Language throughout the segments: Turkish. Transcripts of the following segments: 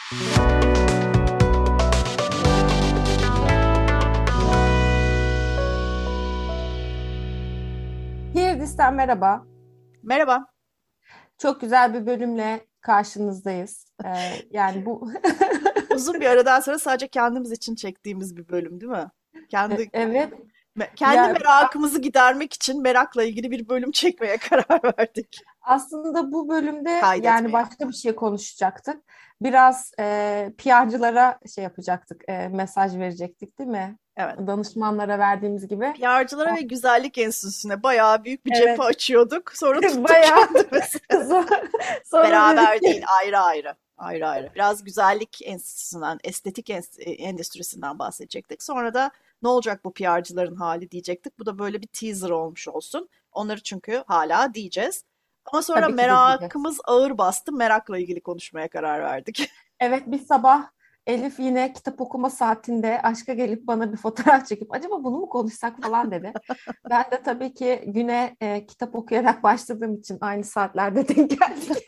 Hirdis'ten merhaba. Merhaba. Çok güzel bir bölümle karşınızdayız. Yani bu Uzun bir aradan sonra sadece kendimiz için çektiğimiz bir bölüm, değil mi? Kendi evet kendi ya merakımızı gidermek için merakla ilgili bir bölüm çekmeye karar verdik. aslında bu bölümde yani Kaydetmeye. başka bir şey konuşacaktık. Biraz PR'cılara şey yapacaktık, mesaj verecektik değil mi? Evet. Danışmanlara verdiğimiz gibi. PR'cılara ve güzellik enstitüsüne bayağı büyük bir cephe Evet. açıyorduk. Sonra tuttuk Bayağı kendimizi. sonra dedik Beraber ki değil, ayrı ayrı. Ayrı ayrı. Biraz güzellik enstitüsünden, estetik endüstrisinden bahsedecektik. Sonra da ne olacak bu PR'cıların hali diyecektik. Bu da böyle bir teaser olmuş olsun. Onları çünkü hala diyeceğiz. Ama sonra tabii ki de diyeceğiz. merakımız ağır bastı. Merakla ilgili konuşmaya karar verdik. Evet, bir sabah Elif yine kitap okuma saatinde aşka gelip bana bir fotoğraf çekip acaba bunu mu konuşsak falan dedi. Ben de tabii ki güne kitap okuyarak başladığım için aynı saatlerde denk geldik.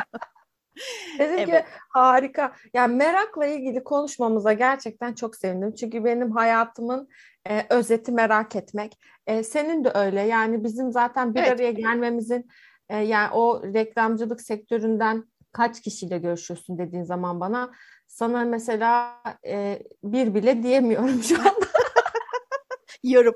Dedim ki Evet, harika. Yani merakla ilgili konuşmamıza gerçekten çok sevindim. Çünkü benim hayatımın özeti merak etmek. Senin de öyle. Yani bizim zaten bir evet. araya gelmemizin yani o reklamcılık sektöründen kaç kişiyle görüşüyorsun dediğin zaman bana sana mesela bir bile diyemiyorum şu an. Yarım.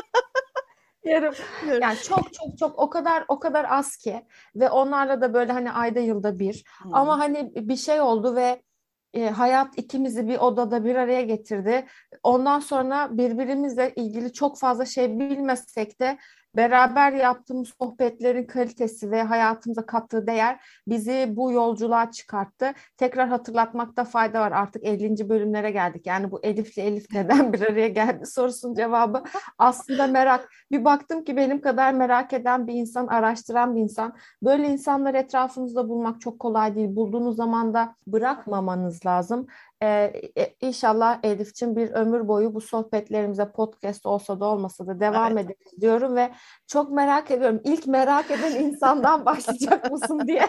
Yarım. Yarım. Yani çok çok çok o kadar az ki ve onlarla da böyle hani ayda yılda bir Hı hı. ama hani bir şey oldu ve hayat ikimizi bir odada bir araya getirdi. Ondan sonra birbirimizle ilgili çok fazla şey bilmesek de beraber yaptığımız sohbetlerin kalitesi ve hayatımıza kattığı değer bizi bu yolculuğa çıkarttı. Tekrar hatırlatmakta fayda var. Artık 50. bölümlere geldik. Yani bu Elif'le Elif neden bir araya geldi sorusunun cevabı aslında merak. Bir baktım ki benim kadar merak eden bir insan, araştıran bir insan. Böyle insanları etrafınızda bulmak çok kolay değil. Bulduğunuz zaman da bırakmamanız lazım. İnşallah Elif'ciğim bir ömür boyu bu sohbetlerimize podcast olsa da olmasa da devam Evet. ederiz diyorum ve çok merak ediyorum. İlk merak eden insandan başlayacak mısın diye.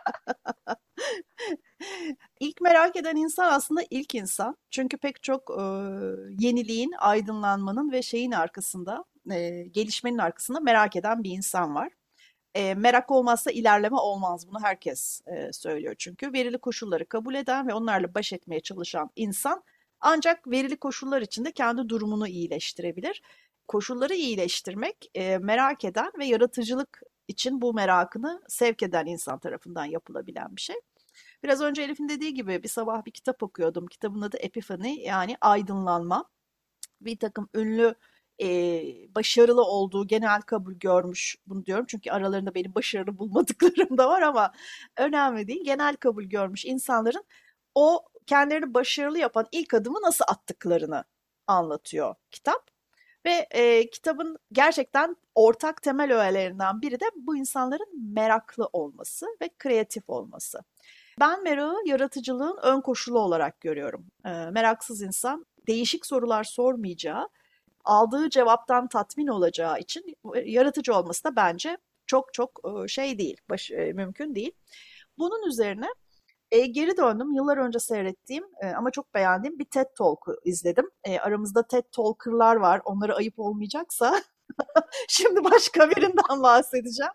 İlk merak eden insan aslında ilk insan. Çünkü pek çok yeniliğin, aydınlanmanın ve şeyin arkasında, gelişmenin arkasında merak eden bir insan var. Merak olmazsa ilerleme olmaz. Bunu herkes söylüyor çünkü. Verili koşulları kabul eden ve onlarla baş etmeye çalışan insan ancak verili koşullar içinde kendi durumunu iyileştirebilir. Koşulları iyileştirmek, merak eden ve yaratıcılık için bu merakını sevk eden insan tarafından yapılabilen bir şey. Biraz önce Elif'in dediği gibi bir sabah bir kitap okuyordum. Kitabın adı Epiphany, yani aydınlanma. Bir takım ünlü, başarılı olduğu, genel kabul görmüş, bunu diyorum çünkü aralarında benim başarılı bulmadıklarım da var ama önemli değil. Genel kabul görmüş insanların o kendilerini başarılı yapan ilk adımı nasıl attıklarını anlatıyor kitap. Ve kitabın gerçekten ortak temel öğelerinden biri de bu insanların meraklı olması ve kreatif olması. Ben merağı yaratıcılığın ön koşulu olarak görüyorum. Meraksız insan değişik sorular sormayacağı, aldığı cevaptan tatmin olacağı için yaratıcı olması da bence çok çok şey değil, mümkün değil. Bunun üzerine geri döndüm. Yıllar önce seyrettiğim ama çok beğendiğim bir TED Talk'u izledim. Aramızda TED Talker'lar var. Onlara ayıp olmayacaksa şimdi başka birinden bahsedeceğim.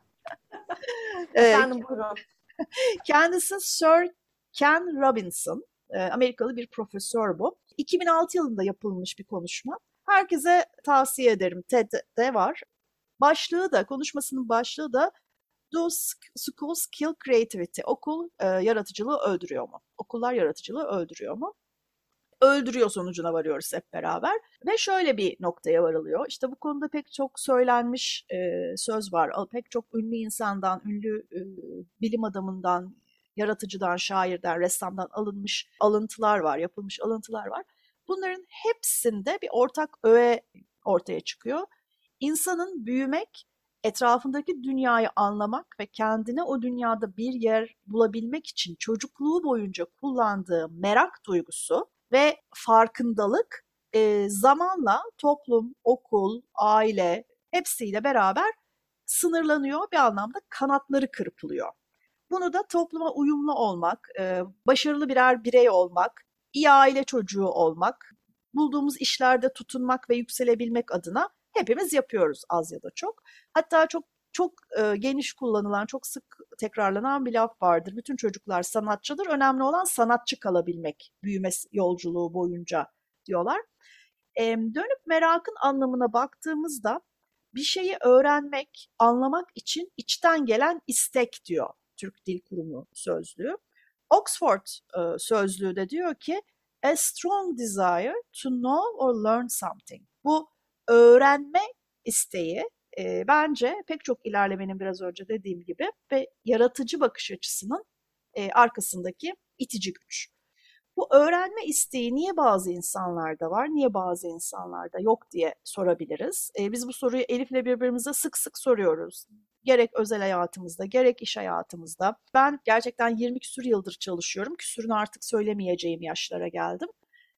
E, Efendim buyurun. Kendisi Sir Ken Robinson. Amerikalı bir profesör bu. 2006 yılında yapılmış bir konuşma. Herkese tavsiye ederim. TED'de var. Konuşmasının başlığı da Do Schools Kill Creativity? Okul yaratıcılığı öldürüyor mu? Okullar yaratıcılığı öldürüyor mu? Öldürüyor sonucuna varıyoruz hep beraber. Ve şöyle bir noktaya varılıyor. İşte bu konuda pek çok söylenmiş söz var. Pek çok ünlü insandan, ünlü bilim adamından, yaratıcıdan, şairden, ressamdan alınmış alıntılar var, yapılmış alıntılar var. Bunların hepsinde bir ortak öğe ortaya çıkıyor. İnsanın büyümek, etrafındaki dünyayı anlamak ve kendine o dünyada bir yer bulabilmek için çocukluğu boyunca kullandığı merak duygusu ve farkındalık zamanla toplum, okul, aile hepsiyle beraber sınırlanıyor, bir anlamda kanatları kırpılıyor. Bunu da topluma uyumlu olmak, başarılı birer birey olmak, iyi aile çocuğu olmak, bulduğumuz işlerde tutunmak ve yükselebilmek adına hepimiz yapıyoruz az ya da çok. Hatta çok geniş kullanılan, çok sık tekrarlanan bir laf vardır. Bütün çocuklar sanatçıdır. Önemli olan sanatçı kalabilmek büyüme yolculuğu boyunca diyorlar. Dönüp merakın anlamına baktığımızda bir şeyi öğrenmek, anlamak için içten gelen istek diyor Türk Dil Kurumu sözlüğü. Oxford sözlüğü de diyor ki a strong desire to know or learn something. Bu öğrenme isteği bence pek çok ilerlemenin biraz önce dediğim gibi ve yaratıcı bakış açısının arkasındaki itici güç. Bu öğrenme isteği niye bazı insanlarda var, niye bazı insanlarda yok diye sorabiliriz. Biz bu soruyu Elif'le birbirimize sık sık soruyoruz. Gerek özel hayatımızda, gerek iş hayatımızda. Ben gerçekten 20 küsur yıldır çalışıyorum. Küsürünü artık söylemeyeceğim yaşlara geldim.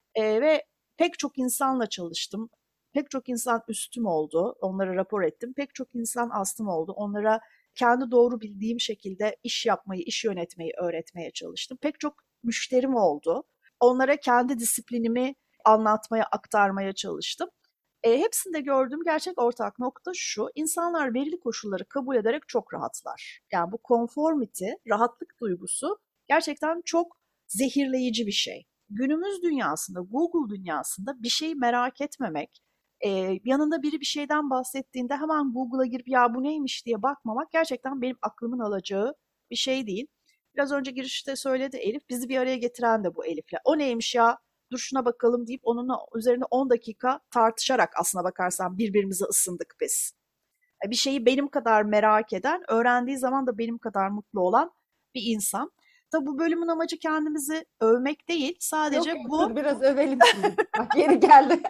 Ve pek çok insanla çalıştım. Pek çok insan üstüm oldu, onlara rapor ettim. Pek çok insan astım oldu, onlara kendi doğru bildiğim şekilde iş yapmayı, iş yönetmeyi öğretmeye çalıştım. Pek çok müşterim oldu. Onlara kendi disiplinimi anlatmaya, aktarmaya çalıştım. Hepsinde gördüğüm gerçek ortak nokta şu, insanlar belirli koşulları kabul ederek çok rahatlar. Yani bu conformity, rahatlık duygusu gerçekten çok zehirleyici bir şey. Günümüz dünyasında, Google dünyasında bir şeyi merak etmemek, yanında biri bir şeyden bahsettiğinde hemen Google'a girip ya bu neymiş diye bakmamak gerçekten benim aklımın alacağı bir şey değil. Biraz önce girişte söyledi Elif, bizi bir araya getiren de bu Elif'le. O neymiş ya, dur şuna bakalım deyip onunla üzerine 10 dakika tartışarak aslına bakarsan birbirimize ısındık biz. Bir şeyi benim kadar merak eden, öğrendiği zaman da benim kadar mutlu olan bir insan. Tabi bu bölümün amacı kendimizi övmek değil, Yok sadece yok, bu dur biraz övelim şimdi. Bak yeri geldi.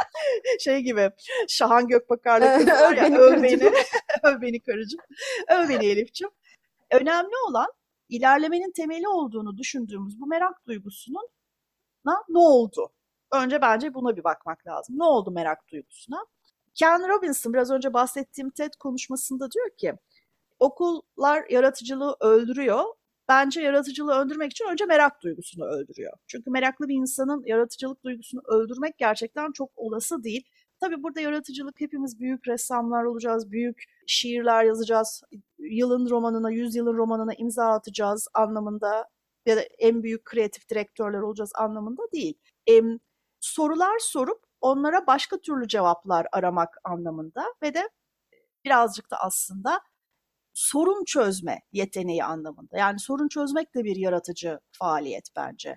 şey gibi Şahan Gökbakar'la kız var Öv ya, beni öv karıcığım. beni, öv beni karıcığım, öv beni Elif'ciğim. Önemli olan ilerlemenin temeli olduğunu düşündüğümüz bu merak duygusunun ne oldu? Önce bence buna bir bakmak lazım. Ne oldu merak duygusuna? Ken Robinson biraz önce bahsettiğim TED konuşmasında diyor ki okullar yaratıcılığı öldürüyor. Bence yaratıcılığı öldürmek için önce merak duygusunu öldürüyor. Çünkü meraklı bir insanın yaratıcılık duygusunu öldürmek gerçekten çok olası değil. Tabii burada yaratıcılık hepimiz büyük ressamlar olacağız, büyük şiirler yazacağız, yılın romanına, yüzyılın romanına imza atacağız anlamında ya da en büyük kreatif direktörler olacağız anlamında değil. Sorular sorup onlara başka türlü cevaplar aramak anlamında ve de birazcık da aslında sorun çözme yeteneği anlamında. Yani sorun çözmek de bir yaratıcı faaliyet bence.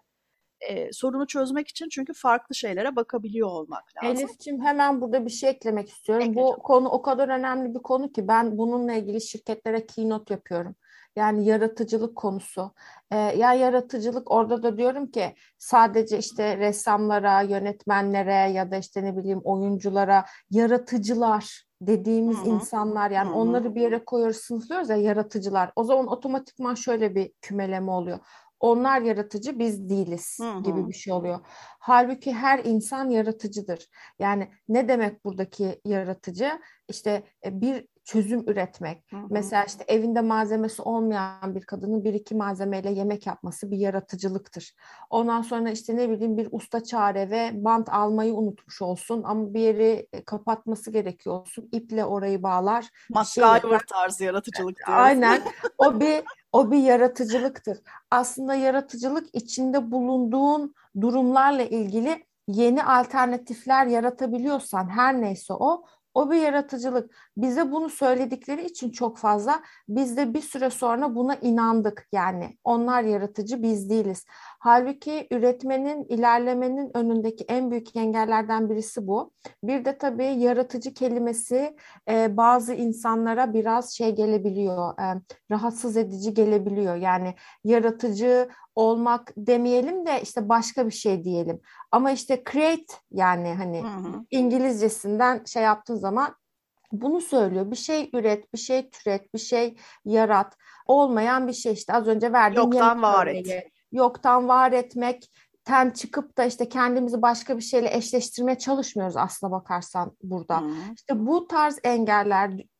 Sorunu çözmek için çünkü farklı şeylere bakabiliyor olmak lazım. Elifçim, hemen burada bir şey eklemek istiyorum. Ekle Bu canım. konu o kadar önemli bir konu ki ben bununla ilgili şirketlere keynote yapıyorum. Yani yaratıcılık konusu. Ya yaratıcılık, orada da diyorum ki sadece işte ressamlara, yönetmenlere ya da işte ne bileyim oyunculara, yaratıcılar Hı dediğimiz hı. insanlar, Hı yani hı. onları bir yere koyuyoruz, sınıflıyoruz ya, yaratıcılar. O zaman otomatikman şöyle bir kümeleme oluyor. Onlar yaratıcı, biz Hı değiliz gibi hı. bir şey oluyor. Halbuki her insan yaratıcıdır. Yani ne demek buradaki yaratıcı? İşte bir çözüm üretmek. Hı hı. Mesela işte evinde malzemesi olmayan bir kadının bir iki malzemeyle yemek yapması bir yaratıcılıktır. Ondan sonra işte ne bileyim bir usta çağır eve, bant almayı unutmuş olsun ama bir yeri kapatması gerekiyor olsun. İple orayı bağlar, bir şey MacGyver yapar. tarzı yaratıcılık diyorsun. Aynen. O bir yaratıcılıktır. Aslında yaratıcılık içinde bulunduğun durumlarla ilgili yeni alternatifler yaratabiliyorsan, her neyse o bir yaratıcılık. Bize bunu söyledikleri için çok fazla biz de bir süre sonra buna inandık. Yani onlar yaratıcı, biz değiliz. Halbuki üretmenin, ilerlemenin önündeki en büyük engellerden birisi bu. Bir de tabii yaratıcı kelimesi bazı insanlara biraz şey gelebiliyor, rahatsız edici gelebiliyor. Yani yaratıcı olmak demeyelim de işte başka bir şey diyelim. Ama işte create, yani Hı hani hı. İngilizcesinden şey yaptığın zaman bunu söylüyor. Bir şey üret, bir şey türet, bir şey yarat. Olmayan bir şey, işte az önce verdiğim yemek Yoktan var et. örneği. Yoktan var etmek, ten çıkıp da işte kendimizi başka bir şeyle eşleştirmeye çalışmıyoruz aslına bakarsan Hı burada. hı. İşte bu tarz engeller,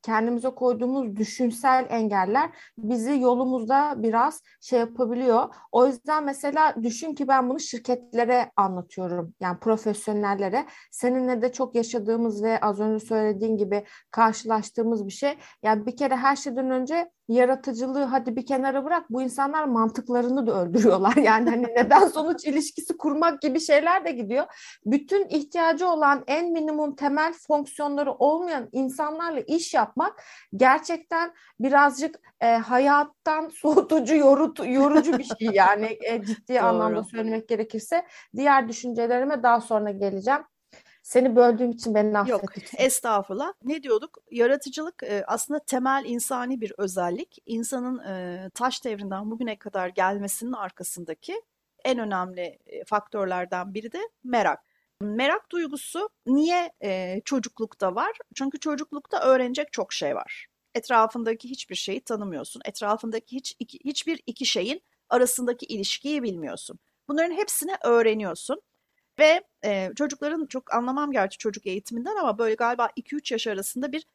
kendimize koyduğumuz düşünsel engeller bizi yolumuzda biraz şey yapabiliyor. O yüzden mesela düşün ki ben bunu şirketlere anlatıyorum. Yani profesyonellere. Seninle de çok yaşadığımız ve az önce söylediğin gibi karşılaştığımız bir şey. Yani bir kere her şeyden önce yaratıcılığı hadi bir kenara bırak, bu insanlar mantıklarını da öldürüyorlar. Yani hani neden sonuç ilişkisi kurmak gibi şeyler de gidiyor. Bütün ihtiyacı olan en minimum temel fonksiyonları olmayan insanlarla iş yapmak gerçekten birazcık hayattan soğutucu, yorucu bir şey yani, ciddi anlamda Doğru. söylemek gerekirse. Diğer düşüncelerime daha sonra geleceğim. Seni böldüğüm için beni Yok, affet lütfen. estağfurullah. Ne diyorduk? Yaratıcılık aslında temel insani bir özellik. İnsanın taş devrinden bugüne kadar gelmesinin arkasındaki en önemli faktörlerden biri de merak. Merak duygusu niye çocuklukta var? Çünkü çocuklukta öğrenecek çok şey var. Etrafındaki hiçbir şeyi tanımıyorsun. Etrafındaki hiçbir iki şeyin arasındaki ilişkiyi bilmiyorsun. Bunların hepsini öğreniyorsun. Ve çocukların çok anlamam gerçi çocuk eğitiminden ama böyle galiba 2-3 yaş arasında bir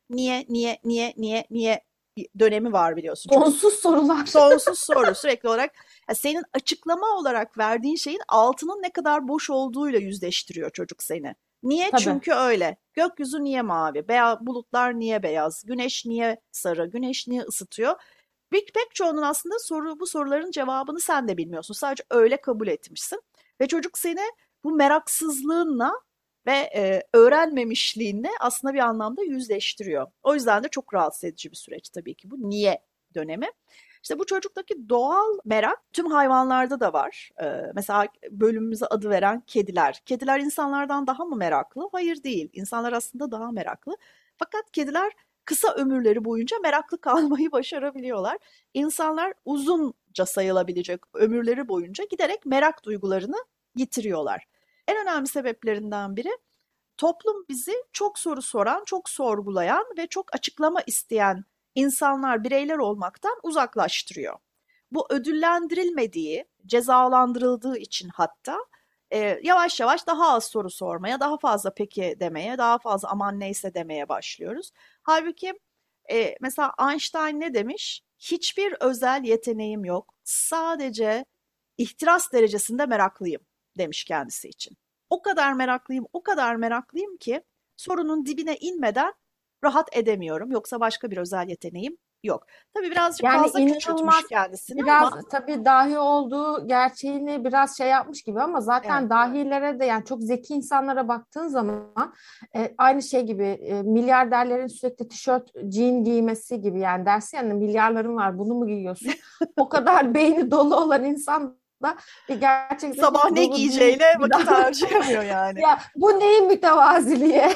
niye dönemi var biliyorsun. Çünkü Sonsuz sorular. sonsuz soru sürekli olarak senin açıklama olarak verdiğin şeyin altının ne kadar boş olduğuyla yüzleştiriyor çocuk seni. Niye? Tabii. Çünkü öyle. Gökyüzü niye mavi? Bulutlar niye beyaz? Güneş niye sarı? Güneş niye ısıtıyor? Pek çoğunun aslında bu soruların cevabını sen de bilmiyorsun. Sadece öyle kabul etmişsin. Ve çocuk seni bu meraksızlığınla ve öğrenmemişliğinle aslında bir anlamda yüzleştiriyor. O yüzden de çok rahatsız edici bir süreç tabii ki bu niye dönemi. İşte bu çocuktaki doğal merak tüm hayvanlarda da var. Mesela bölümümüze adı veren kediler. Kediler insanlardan daha mı meraklı? Hayır değil. İnsanlar aslında daha meraklı. Fakat kediler kısa ömürleri boyunca meraklı kalmayı başarabiliyorlar. İnsanlar uzunca sayılabilecek ömürleri boyunca giderek merak duygularını yitiriyorlar. En önemli sebeplerinden biri toplum bizi çok soru soran, çok sorgulayan ve çok açıklama isteyen insanlar, bireyler olmaktan uzaklaştırıyor. Bu ödüllendirilmediği, cezalandırıldığı için hatta yavaş yavaş daha az soru sormaya, daha fazla peki demeye, daha fazla aman neyse demeye başlıyoruz. Halbuki mesela Einstein ne demiş? Hiçbir özel yeteneğim yok. Sadece ihtiras derecesinde meraklıyım demiş kendisi için. O kadar meraklıyım, o kadar meraklıyım ki sorunun dibine inmeden rahat edemiyorum. Yoksa başka bir özel yeteneğim yok. Tabii birazcık Yani fazla küçültmüş inanılmaz, kendisini biraz ama tabii dahi olduğu gerçeğini biraz şey yapmış gibi, ama evet. zaten dahilere de yani çok zeki insanlara baktığın zaman aynı şey gibi, milyarderlerin sürekli tişört, jean giymesi gibi, yani dersin yani milyarların var bunu mu giyiyorsun? O kadar beyni dolu olan insan da gerçekten Sabah hiç ne dolu değil. giyeceğiyle Bir vakit daha harcayamıyor yani. ya bu neyin mütevaziliği?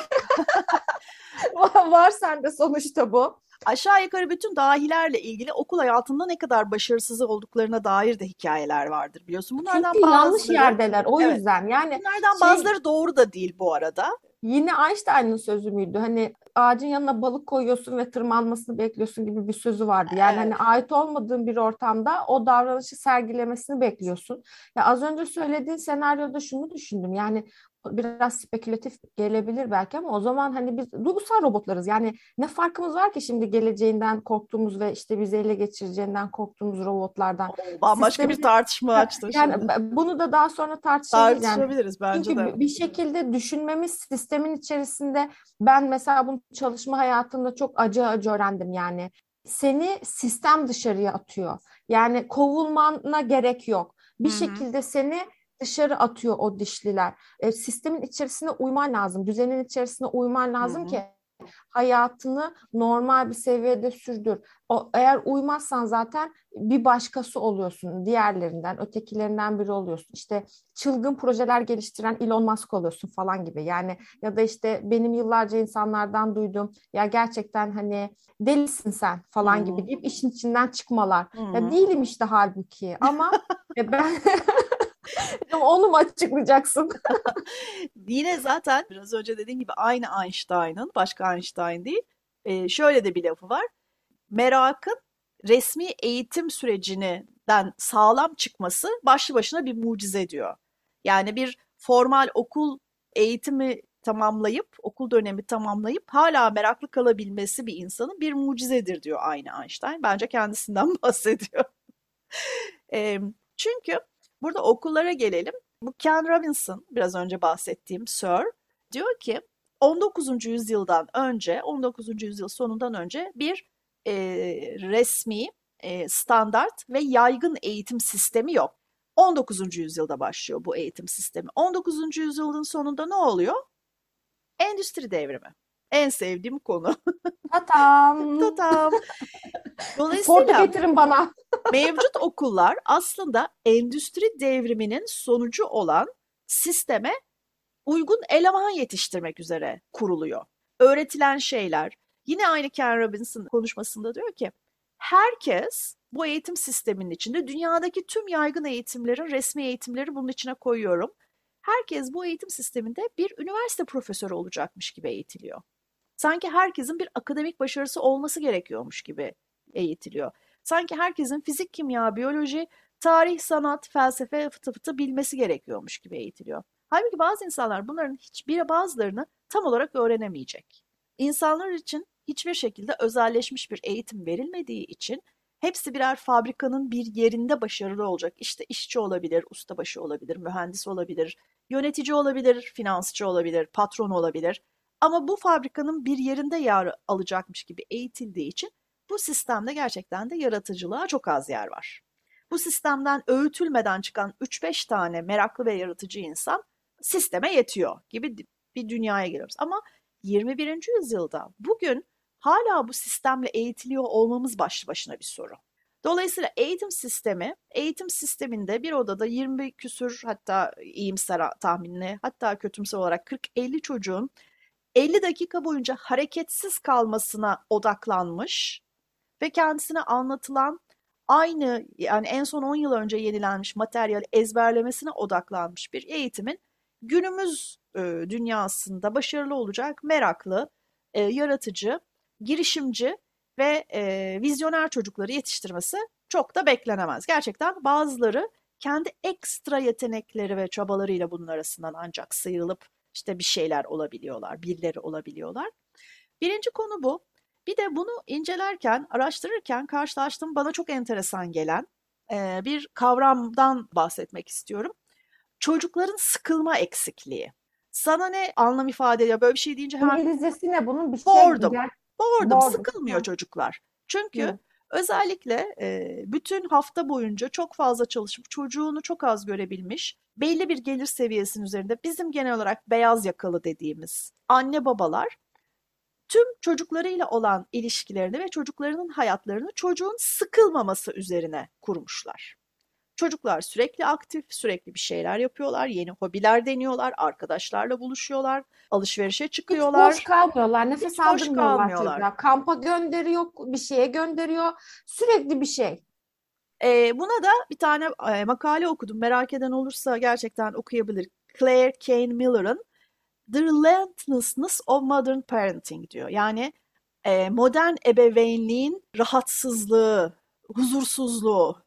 Var sende sonuçta bu. Aşağı yukarı bütün dahilerle ilgili okul hayatında ne kadar başarısız olduklarına dair de hikayeler vardır biliyorsun. Çünkü Bunlardan yanlış bazıları, yerdeler o evet, yüzden. Yani bunlardan şey, bazıları doğru da değil bu arada. yine Einstein'ın sözü müydü? Hani ağacın yanına balık koyuyorsun ve tırmanmasını bekliyorsun gibi bir sözü vardı. Yani Evet. hani ait olmadığın bir ortamda o davranışı sergilemesini bekliyorsun. Ya az önce söylediğin senaryoda şunu düşündüm. Yani biraz spekülatif gelebilir belki ama o zaman hani biz duygusal robotlarız. Yani ne farkımız var ki şimdi geleceğinden korktuğumuz ve işte bizi ele geçireceğinden korktuğumuz robotlardan? O bambaşka bir Sistemi, tartışma açtın yani şimdi. bunu da daha sonra tartışabiliriz yani. Tartışabiliriz bence Çünkü de. bir şekilde düşünmemiz sistemin içerisinde, ben mesela bunu çalışma hayatında çok acı acı öğrendim yani. Seni sistem dışarıya atıyor. Yani kovulmana gerek yok. Bir Hı hı. şekilde seni dışarı atıyor o dişliler. Sistemin içerisine uyman lazım. Düzenin içerisine uyman Hı lazım hı. ki hayatını normal bir seviyede sürdür. Eğer uymazsan zaten bir başkası oluyorsun. Diğerlerinden, ötekilerinden biri oluyorsun. İşte çılgın projeler geliştiren Elon Musk oluyorsun falan gibi. Yani ya da işte benim yıllarca insanlardan duyduğum ya gerçekten hani delisin sen Hı falan hı. gibi deyip işin içinden çıkmalar. Hı Ya hı. değilim işte halbuki, ama ben onu mu açıklayacaksın? Yine zaten biraz önce dediğim gibi aynı Einstein'ın, başka Einstein değil, şöyle de bir lafı var. Merakın resmi eğitim sürecinden sağlam çıkması başlı başına bir mucize diyor. Yani bir formal okul eğitimi tamamlayıp, okul dönemi tamamlayıp hala meraklı kalabilmesi bir insanın bir mucizedir diyor aynı Einstein. Bence kendisinden bahsediyor. E, Çünkü burada okullara gelelim. Bu Ken Robinson, biraz önce bahsettiğim Sir, diyor ki 19. yüzyıldan önce, 19. yüzyıl sonundan önce bir e, resmi, standart ve yaygın eğitim sistemi yok. 19. yüzyılda başlıyor bu eğitim sistemi. 19. yüzyılın sonunda ne oluyor? Endüstri devrimi. En sevdiğim konu. Tatam. Tatam. Fordu Dolayısıyla getirin bana. mevcut okullar aslında endüstri devriminin sonucu olan sisteme uygun eleman yetiştirmek üzere kuruluyor. Öğretilen şeyler, yine aynı Ken Robinson konuşmasında diyor ki, herkes bu eğitim sisteminin içinde, dünyadaki tüm yaygın eğitimlerin, resmi eğitimleri bunun içine koyuyorum. Herkes bu eğitim sisteminde bir üniversite profesörü olacakmış gibi eğitiliyor. Sanki herkesin bir akademik başarısı olması gerekiyormuş gibi eğitiliyor. Sanki herkesin fizik, kimya, biyoloji, tarih, sanat, felsefe, fıtı fıtı bilmesi gerekiyormuş gibi eğitiliyor. Halbuki bazı insanlar bunların bazılarını tam olarak öğrenemeyecek. İnsanlar için hiçbir şekilde özelleşmiş bir eğitim verilmediği için hepsi birer fabrikanın bir yerinde başarılı olacak. İşte işçi olabilir, ustabaşı olabilir, mühendis olabilir, yönetici olabilir, finansçı olabilir, patron olabilir. Ama bu fabrikanın bir yerinde yer alacakmış gibi eğitildiği için bu sistemde gerçekten de yaratıcılığa çok az yer var. Bu sistemden öğütülmeden çıkan 3-5 tane meraklı ve yaratıcı insan sisteme yetiyor gibi bir dünyaya geliyoruz. Ama 21. yüzyılda bugün hala bu sistemle eğitiliyor olmamız başlı başına bir soru. Dolayısıyla eğitim sisteminde bir odada 20 küsür, hatta iyimser tahminle, hatta kötümser olarak 40-50 çocuğun 50 dakika boyunca hareketsiz kalmasına odaklanmış ve kendisine anlatılan aynı, yani en son 10 yıl önce yenilenmiş materyal ezberlemesine odaklanmış bir eğitimin günümüz dünyasında başarılı olacak meraklı, yaratıcı, girişimci ve vizyoner çocukları yetiştirmesi çok da beklenemez. Gerçekten bazıları kendi ekstra yetenekleri ve çabalarıyla bunun arasından ancak sıyrılıp işte bir şeyler olabiliyorlar, birileri olabiliyorlar. Birinci konu bu. Bir de bunu incelerken, araştırırken karşılaştığım bana çok enteresan gelen bir kavramdan bahsetmek istiyorum. Çocukların sıkılma eksikliği. Sana ne anlam ifade ediyor? Böyle bir şey deyince hemen İngilizcesi ne bunun? Bir şey boredom. gel. Boredom, Boredom. sıkılmıyor Ha, çocuklar. Çünkü hı. özellikle bütün hafta boyunca çok fazla çalışıp çocuğunu çok az görebilmiş, belli bir gelir seviyesinin üzerinde bizim genel olarak beyaz yakalı dediğimiz anne babalar tüm çocuklarıyla olan ilişkilerini ve çocuklarının hayatlarını çocuğun sıkılmaması üzerine kurmuşlar. Çocuklar sürekli aktif, sürekli bir şeyler yapıyorlar, yeni hobiler deniyorlar, arkadaşlarla buluşuyorlar, alışverişe Hiç boş çıkıyorlar, kalmıyorlar. Nefes hiç boş aldırmıyorlar kalmıyorlar. çocuğa. Kampa gönderiyor, bir şeye gönderiyor. Sürekli bir şey. Buna da bir tane makale okudum. Merak eden olursa gerçekten okuyabilir. Claire Kane Miller'ın The Relentlessness of Modern Parenting diyor. Yani modern ebeveynliğin rahatsızlığı, huzursuzluğu,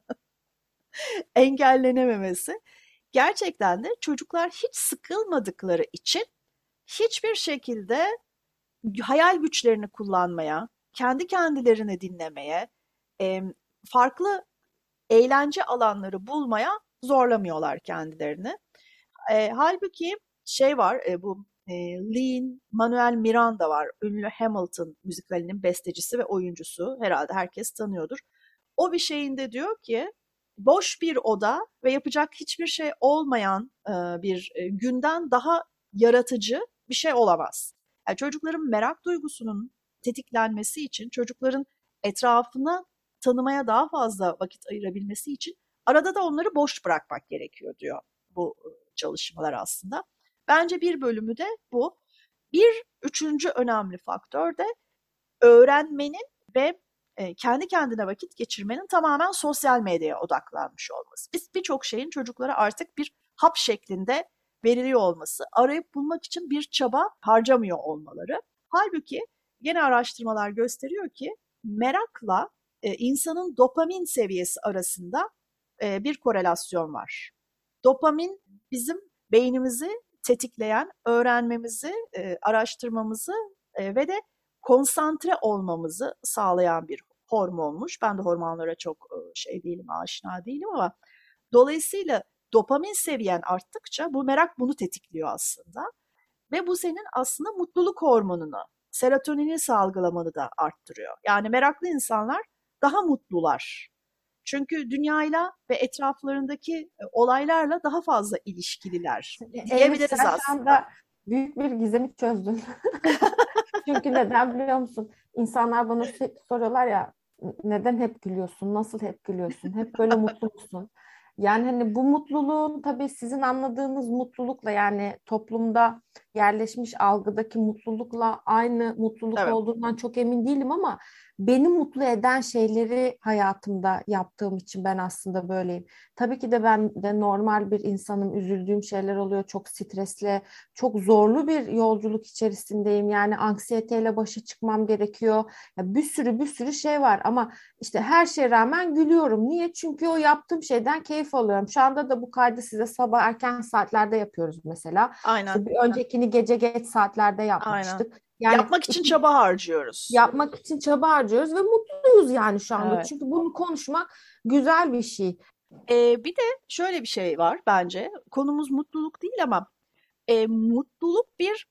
engellenememesi. Gerçekten de çocuklar hiç sıkılmadıkları için hiçbir şekilde hayal güçlerini kullanmaya, kendi kendilerini dinlemeye, farklı eğlence alanları bulmaya zorlamıyorlar kendilerini. Halbuki şey var, bu Lin-Manuel Miranda var. Ünlü Hamilton müzikalinin bestecisi ve oyuncusu. Herhalde herkes tanıyordur. O bir şeyinde diyor ki, boş bir oda ve yapacak hiçbir şey olmayan bir günden daha yaratıcı bir şey olamaz. Yani çocukların merak duygusunun tetiklenmesi için, çocukların etrafını tanımaya daha fazla vakit ayırabilmesi için arada da onları boş bırakmak gerekiyor diyor bu çalışmalar aslında. Bence bir bölümü de bu. Bir üçüncü önemli faktör de öğrenmenin ve kendi kendine vakit geçirmenin tamamen sosyal medyaya odaklanmış olması. Biz birçok şeyin çocuklara artık bir hap şeklinde veriliyor olması, arayıp bulmak için bir çaba harcamıyor olmaları. Halbuki gene araştırmalar gösteriyor ki merakla insanın dopamin seviyesi arasında bir korelasyon var. Dopamin bizim beynimizi tetikleyen, öğrenmemizi, araştırmamızı ve de konsantre olmamızı sağlayan bir hormonmuş. Ben de hormonlara çok şey değilim, aşina değilim ama dolayısıyla dopamin seviyen arttıkça bu merak bunu tetikliyor aslında. Ve bu senin aslında mutluluk hormonunu, serotonini salgılamanı da arttırıyor. Yani meraklı insanlar daha mutlular. Çünkü dünyayla ve etraflarındaki olaylarla daha fazla ilişkililer Elif, diyebiliriz sen şu aslında. anda büyük bir gizemi çözdün. Çünkü neden biliyor musun? İnsanlar bana sürekli soruyorlar ya, neden hep gülüyorsun? Nasıl hep gülüyorsun? Hep böyle mutlu musun? Yani hani bu mutluluğun tabii sizin anladığınız mutlulukla, yani toplumda yerleşmiş algıdaki mutlulukla aynı mutluluk Evet, olduğundan çok emin değilim ama beni mutlu eden şeyleri hayatımda yaptığım için ben aslında böyleyim. Tabii ki de ben de normal bir insanım. Üzüldüğüm şeyler oluyor. Çok stresli, çok zorlu bir yolculuk içerisindeyim. Yani anksiyeteyle başa çıkmam gerekiyor. Ya bir sürü şey var ama işte her şeye rağmen gülüyorum. Niye? Çünkü o yaptığım şeyden keyif alıyorum. Şu anda da bu kaydı size sabah erken saatlerde yapıyoruz mesela. aynen, İşte bir öncekini gece geç saatlerde aynen. yapmıştık. Yani Yapmak için çaba harcıyoruz. yapmak için çaba harcıyoruz ve mutluyuz yani şu anda. Evet. Çünkü bunu konuşmak güzel bir şey. Bir de şöyle bir şey var bence. Konumuz mutluluk değil ama mutluluk bir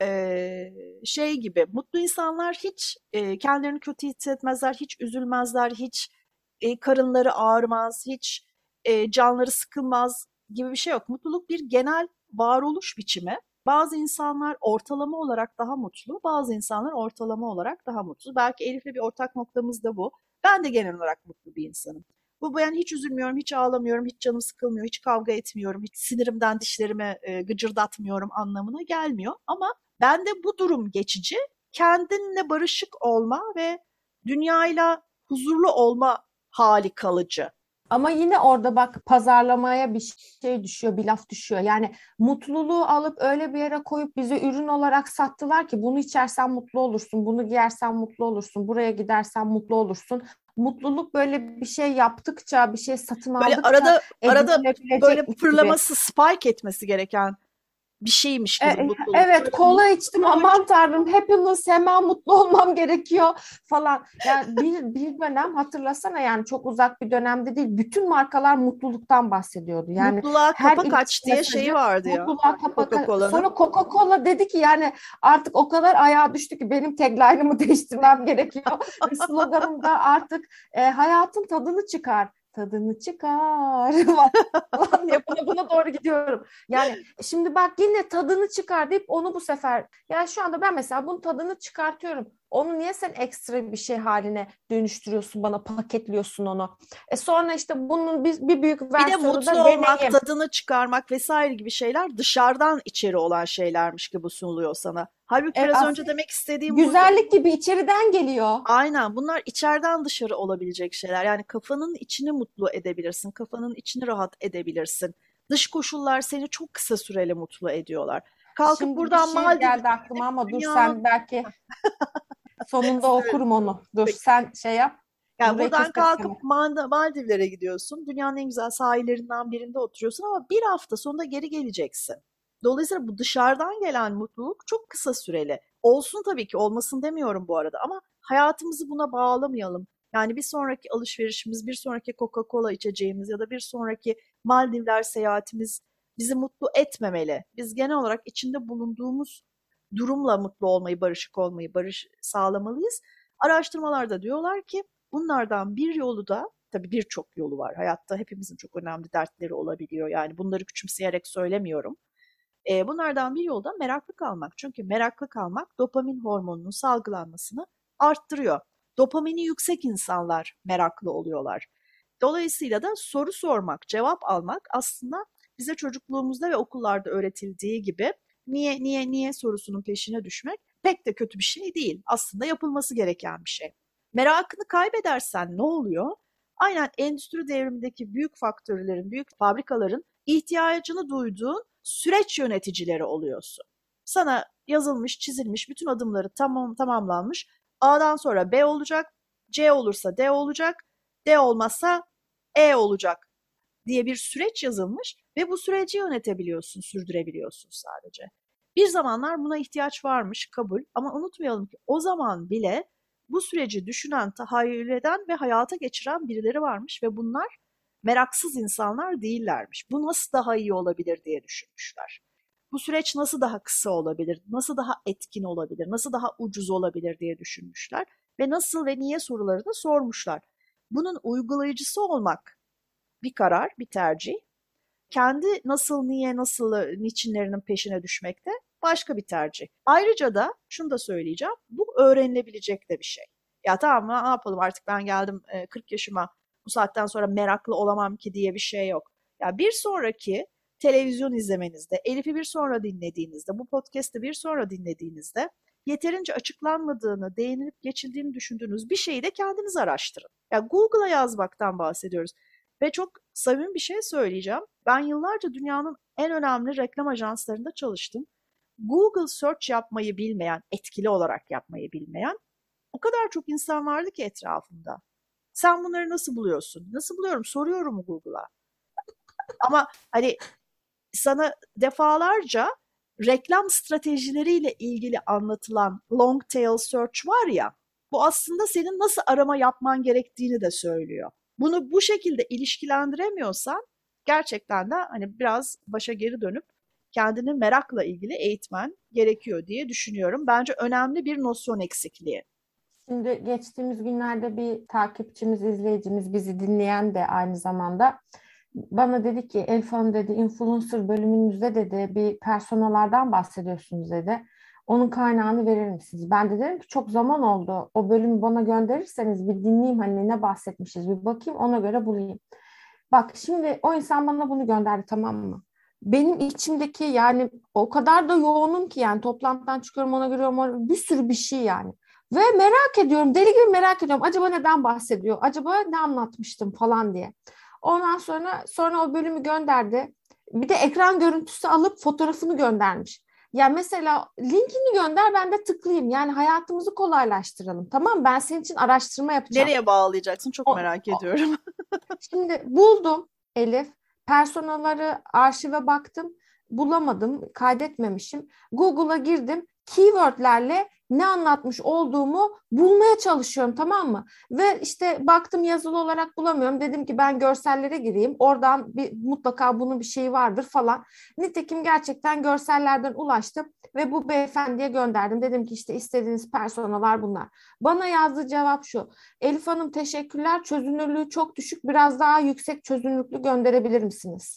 şey gibi. Mutlu insanlar hiç kendilerini kötü hissetmezler, hiç üzülmezler, hiç karınları ağrımaz, hiç canları sıkılmaz gibi bir şey yok. Mutluluk bir genel varoluş biçimi. Bazı insanlar ortalama olarak daha mutlu, bazı insanlar ortalama olarak daha mutsuz. Belki Elif'le bir ortak noktamız da bu. Ben de genel olarak mutlu bir insanım. Bu yani hiç üzülmüyorum, hiç ağlamıyorum, hiç canım sıkılmıyor, hiç kavga etmiyorum, hiç sinirimden dişlerimi gıcırdatmıyorum anlamına gelmiyor. Ama bende bu durum geçici, kendinle barışık olma ve dünyayla huzurlu olma hali kalıcı. Ama yine orada bak, pazarlamaya bir şey düşüyor, bir laf düşüyor. Yani mutluluğu alıp öyle bir yere koyup bize ürün olarak sattılar ki bunu içersen mutlu olursun, bunu giyersen mutlu olursun, buraya gidersen mutlu olursun. Mutluluk böyle bir şey yaptıkça, bir şey satın Böyle aldıkça arada böyle edinilebilecekmiş gibi. fırlaması, spike etmesi gereken bir şeymiş gibi mutluluk. Evet, Böyle kola içtim, mutlu. aman tanrım, happiness, hemen mutlu olmam gerekiyor falan. Yani bir dönem hatırlasana, yani çok uzak bir dönemde değil, bütün markalar mutluluktan bahsediyordu. Yani Mutluluğa her kapak iletişim aç diye şeyi mesajı vardı ya mutluluğa kapak. Sonra Coca-Cola'nın. Coca-Cola dedi ki yani artık o kadar ayağa düştü ki benim tagline'ımı değiştirmem gerekiyor. Ve sloganım da artık hayatın tadını çıkar. Tadını çıkar falan diye buna doğru gidiyorum. Yani şimdi bak, yine tadını çıkar deyip onu bu sefer, yani şu anda ben mesela bunun tadını çıkartıyorum. Onu niye sen ekstra bir şey haline dönüştürüyorsun, bana paketliyorsun onu? Sonra işte bunun bir büyük Bir de versiyonu mutlu da olmak, deneyim. tadını çıkarmak vesaire gibi şeyler dışarıdan içeri olan şeylermiş gibi sunuluyor sana. Halbuki biraz önce Aslında demek istediğim buydu. güzellik gibi içeriden geliyor. Aynen, bunlar içeriden dışarı olabilecek şeyler. Yani kafanın içini mutlu edebilirsin, kafanın içini rahat edebilirsin. Dış koşullar seni çok kısa süreli mutlu ediyorlar. Kalkıp Şimdi bir buradan şiir Maldiv'e geldi aklıma gidip ama dur, dünyanın sen belki sonunda okurum onu. Dur sen şey yap. Yani Burayı buradan kesmek kalkıp istemem. Maldivlere gidiyorsun. Dünyanın en güzel sahillerinden birinde oturuyorsun ama bir hafta sonunda geri geleceksin. Dolayısıyla bu dışarıdan gelen mutluluk çok kısa süreli. Olsun tabii ki, olmasın demiyorum bu arada ama hayatımızı buna bağlamayalım. Yani bir sonraki alışverişimiz, bir sonraki Coca-Cola içeceğimiz ya da bir sonraki Maldivler seyahatimiz bizi mutlu etmemeli. Biz genel olarak içinde bulunduğumuz durumla mutlu olmayı, barışık olmayı, barış sağlamalıyız. Araştırmalarda diyorlar ki bunlardan bir yolu da, tabii birçok yolu var. Hayatta hepimizin çok önemli dertleri olabiliyor. Yani bunları küçümseyerek söylemiyorum. Bunlardan bir yolu da meraklı kalmak. Çünkü meraklı kalmak dopamin hormonunun salgılanmasını arttırıyor. Dopamini yüksek insanlar meraklı oluyorlar. Dolayısıyla da soru sormak, cevap almak aslında bize çocukluğumuzda ve okullarda öğretildiği gibi niye sorusunun peşine düşmek pek de kötü bir şey değil. Aslında yapılması gereken bir şey. Merakını kaybedersen ne oluyor? Aynen endüstri devrimindeki büyük faktörlerin, büyük fabrikaların ihtiyacını duyduğun süreç yöneticileri oluyorsun. Sana yazılmış, çizilmiş, bütün adımları tamamlanmış. A'dan sonra B olacak, C olursa D olacak, D olmazsa E olacak diye bir süreç yazılmış ve bu süreci yönetebiliyorsun, sürdürebiliyorsun sadece. Bir zamanlar buna ihtiyaç varmış, kabul, ama unutmayalım ki o zaman bile bu süreci düşünen, tahayyül eden ve hayata geçiren birileri varmış ve bunlar meraksız insanlar değillermiş. Bu nasıl daha iyi olabilir diye düşünmüşler. Bu süreç nasıl daha kısa olabilir, nasıl daha etkin olabilir, nasıl daha ucuz olabilir diye düşünmüşler ve nasıl ve niye sorularını sormuşlar. Bunun uygulayıcısı olmak bir karar, bir tercih. Kendi nasıl, niye, nasıl, niçinlerinin peşine düşmek de başka bir tercih. Ayrıca da şunu da söyleyeceğim, bu öğrenilebilecek de bir şey. Ya tamam, ne yapalım, artık ben geldim 40 yaşıma, bu saatten sonra meraklı olamam ki diye bir şey yok. Ya bir sonraki televizyon izlemenizde, Elif'i bir sonra dinlediğinizde, bu podcast'ı bir sonra dinlediğinizde yeterince açıklanmadığını, değinilip geçildiğini düşündüğünüz bir şeyi de kendiniz araştırın. Ya Google'a yazmaktan bahsediyoruz. Ve çok samimi bir şey söyleyeceğim. Ben yıllarca dünyanın en önemli reklam ajanslarında çalıştım. Google search yapmayı bilmeyen, etkili olarak yapmayı bilmeyen o kadar çok insan vardı ki etrafımda. Sen bunları nasıl buluyorsun? Nasıl buluyorum? Soruyorum Google'a. Ama hani sana defalarca reklam stratejileriyle ilgili anlatılan long tail search var ya, bu aslında senin nasıl arama yapman gerektiğini de söylüyor. Bunu bu şekilde ilişkilendiremiyorsan gerçekten de hani biraz başa geri dönüp kendini merakla ilgili eğitmen gerekiyor diye düşünüyorum. Bence önemli bir nosyon eksikliği. Şimdi geçtiğimiz günlerde bir takipçimiz, izleyicimiz, bizi dinleyen de aynı zamanda bana dedi ki Elif Hanım dedi, influencer bölümünüzde dedi bir personalardan bahsediyorsunuz dedi. Onun kaynağını verir misiniz? Ben de dedim ki çok zaman oldu. O bölümü bana gönderirseniz bir dinleyeyim, hani ne bahsetmişiz, bir bakayım, ona göre bulayım. Bak şimdi o insan bana bunu gönderdi, tamam mı? Benim içimdeki, yani o kadar da yoğunum ki, yani toplantıdan çıkıyorum, ona görüyorum, bir sürü bir şey yani. Ve merak ediyorum, deli gibi merak ediyorum. Acaba neden bahsediyor? Acaba ne anlatmıştım falan diye. Ondan sonra o bölümü gönderdi. Bir de ekran görüntüsü alıp fotoğrafını göndermiş. Ya mesela linkini gönder, ben de tıklayayım. Yani hayatımızı kolaylaştıralım. Tamam, ben senin için araştırma yapacağım. Nereye bağlayacaksın? Çok O, merak ediyorum. Şimdi buldum Elif. Personelleri arşive baktım. Bulamadım. Kaydetmemişim. Google'a girdim. Keywordlerle ne anlatmış olduğumu bulmaya çalışıyorum, tamam mı? Ve işte baktım, yazılı olarak bulamıyorum. Dedim ki ben görsellere gireyim. Oradan mutlaka bunun bir şeyi vardır falan. Nitekim gerçekten görsellerden ulaştım ve bu beyefendiye gönderdim. Dedim ki işte istediğiniz personeller bunlar. Bana yazdığı cevap şu: Elif Hanım teşekkürler. Çözünürlüğü çok düşük. Biraz daha yüksek çözünürlüklü gönderebilir misiniz?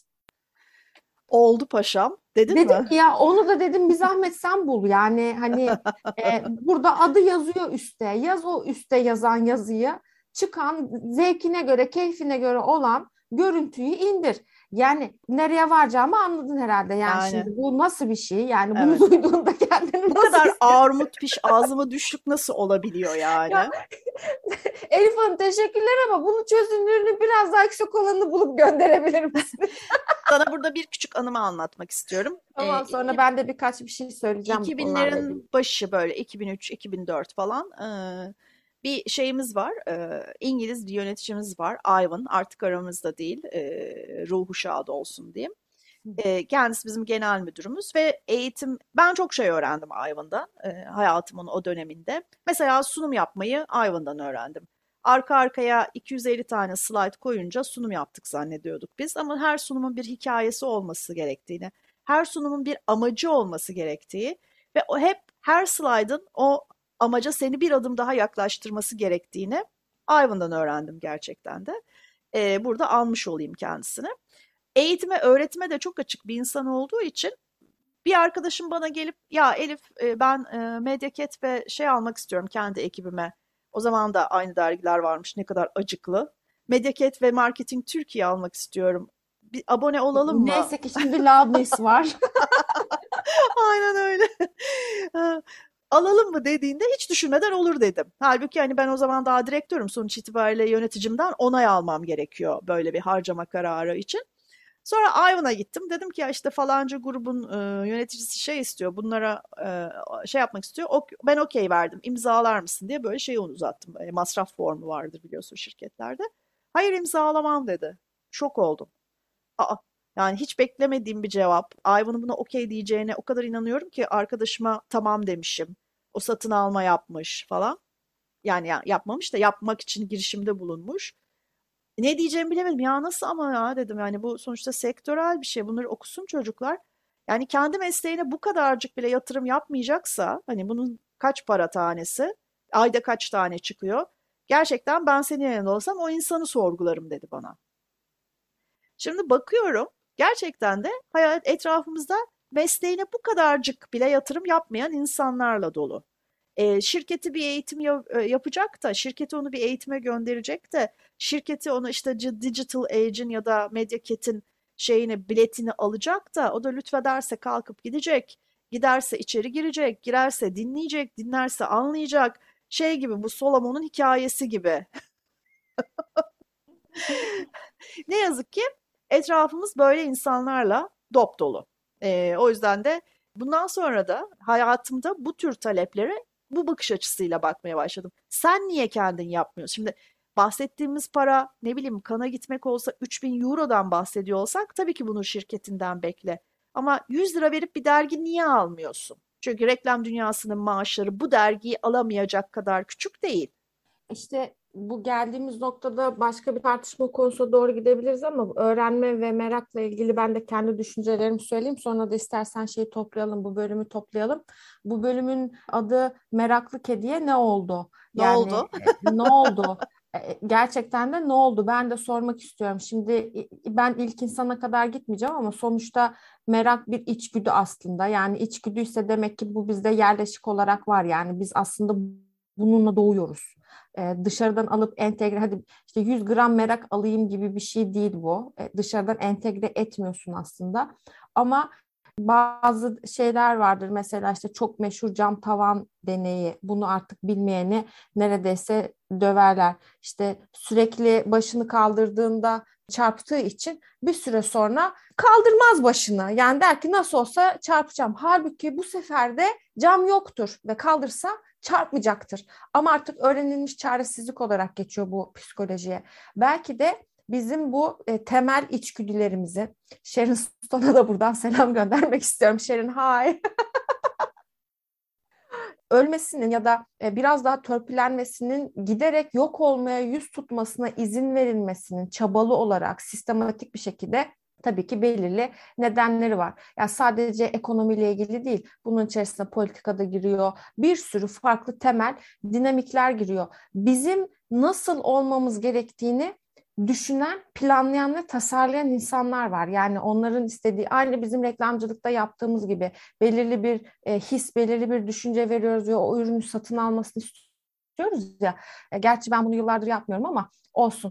Oldu paşam. Dedin Dedim mi? ki ya onu da dedim bir zahmet sen bul. Yani hani burada adı yazıyor üstte. Yaz o üstte yazan yazıyı. Çıkan zevkine göre, keyfine göre olan görüntüyü indir. Yani nereye varacağımı anladın herhalde. Yani şimdi Yani bu nasıl bir şey? Yani bunu evet. duyduğunda kendini Bu nasıl kadar hissediyorsun? armut piş ağzıma düşlük nasıl olabiliyor Ya yani? Elif Hanım teşekkürler ama bunun çözünürlüğünü biraz daha yüksek olanını bulup gönderebilir misiniz? Sana burada bir küçük anımı anlatmak istiyorum. Tamam, sonra ben de birkaç bir şey söyleyeceğim onlarla ilgili. 2000'lerin başı böyle 2003-2004 falan bir şeyimiz var. İngiliz bir yöneticimiz var. Ivan artık aramızda değil. Ruhu şad olsun diyeyim. Kendisi bizim genel müdürümüz ve eğitim, ben çok şey öğrendim Ivan'dan hayatımın o döneminde. Mesela sunum yapmayı Ivan'dan öğrendim. Arka arkaya 250 tane slide koyunca sunum yaptık zannediyorduk biz ama her sunumun bir hikayesi olması gerektiğini, her sunumun bir amacı olması gerektiği ve o hep her slide'ın o amaca seni bir adım daha yaklaştırması gerektiğini Ivan'dan öğrendim gerçekten de. Burada almış olayım kendisini. Eğitime, öğretime de çok açık bir insan olduğu için bir arkadaşım bana gelip ya Elif ben Medyaket ve şey almak istiyorum kendi ekibime. O zaman da aynı dergiler varmış, ne kadar acıklı. Medyaket ve Marketing Türkiye almak istiyorum. Bir abone olalım mı? Neyse ki şimdi Loudness var. Aynen öyle. Alalım mı dediğinde hiç düşünmeden olur dedim. Halbuki hani ben o zaman daha direktörüm, sonuç itibariyle yöneticimden onay almam gerekiyor böyle bir harcama kararı için. Sonra Ivan'a gittim. Dedim ki ya işte falanca grubun yöneticisi şey istiyor. Bunlara şey yapmak istiyor. Ben okey verdim. İmzalar mısın diye böyle şeyi uzattım. Masraf formu vardır biliyorsun şirketlerde. Hayır imzalamam dedi. Şok oldum. Aa, yani hiç beklemediğim bir cevap. Ayva'nın buna okey diyeceğine o kadar inanıyorum ki arkadaşıma tamam demişim. O satın alma yapmış falan. Yani yapmamış da yapmak için girişimde bulunmuş. Ne diyeceğimi bilemedim. Ya nasıl ama ya dedim, yani bu sonuçta sektörel bir şey. Bunları okusun çocuklar. Yani kendi mesleğine bu kadarcık bile yatırım yapmayacaksa, hani bunun kaç para tanesi, ayda kaç tane çıkıyor? Gerçekten ben senin yerinde olsam o insanı sorgularım dedi bana. Şimdi bakıyorum, gerçekten de hayat etrafımızda mesleğine bu kadarcık bile yatırım yapmayan insanlarla dolu. Şirketi bir eğitim yapacak da, şirketi onu bir eğitime gönderecek de, şirketi onu işte Digital Age'in ya da Media Kit'in şeyini, biletini alacak da, o da lütfederse kalkıp gidecek, giderse içeri girecek, girerse dinleyecek, dinlerse anlayacak. Şey gibi, bu Solomon'un hikayesi gibi. Ne yazık ki etrafımız böyle insanlarla dop dolu. O yüzden de bundan sonra da hayatımda bu tür taleplere bu bakış açısıyla bakmaya başladım. Sen niye kendin yapmıyorsun? Şimdi bahsettiğimiz para, ne bileyim, kana gitmek olsa 3.000 eurodan bahsediyor olsak, tabii ki bunu şirketinden bekle. Ama 100 lira verip bir dergi niye almıyorsun? Çünkü reklam dünyasının maaşları bu dergiyi alamayacak kadar küçük değil. İşte bu geldiğimiz noktada başka bir tartışma konusuna doğru gidebiliriz ama öğrenme ve merakla ilgili ben de kendi düşüncelerimi söyleyeyim. Sonra da istersen şeyi toplayalım, bu bölümü toplayalım. Bu bölümün adı Meraklı Kediye ne oldu? Ne Yani oldu? ne oldu? Gerçekten de ne oldu? Ben de sormak istiyorum. Şimdi ben ilk insana kadar gitmeyeceğim ama sonuçta merak bir içgüdü aslında. Yani içgüdüyse demek ki bu bizde yerleşik olarak var. Yani biz aslında bununla doğuyoruz. Dışarıdan alıp entegre, hadi işte 100 gram merak alayım gibi bir şey değil bu. Dışarıdan entegre etmiyorsun aslında. Ama bazı şeyler vardır. Mesela işte çok meşhur cam tavan deneyi. Bunu artık bilmeyeni neredeyse döverler. İşte sürekli başını kaldırdığında çarptığı için bir süre sonra kaldırmaz başını. Yani der ki nasıl olsa çarpacağım. Halbuki bu sefer de cam yoktur ve kaldırsa çarpmayacaktır. Ama artık öğrenilmiş çaresizlik olarak geçiyor bu psikolojiye. Belki de bizim bu temel içgüdülerimizi, Sharon Stone'a da buradan selam göndermek istiyorum. Sharon, hi. Ölmesinin ya da biraz daha törpülenmesinin, giderek yok olmaya yüz tutmasına izin verilmesinin çabalı olarak sistematik bir şekilde tabii ki belirli nedenleri var. Yani sadece ekonomiyle ilgili değil. Bunun içerisine politika da giriyor. Bir sürü farklı temel dinamikler giriyor. Bizim nasıl olmamız gerektiğini düşünen, planlayan ve tasarlayan insanlar var. Yani onların istediği, aynı bizim reklamcılıkta yaptığımız gibi belirli bir his, belirli bir düşünce veriyoruz ve o ürünü satın almasını istiyoruz ya. Gerçi ben bunu yıllardır yapmıyorum ama olsun.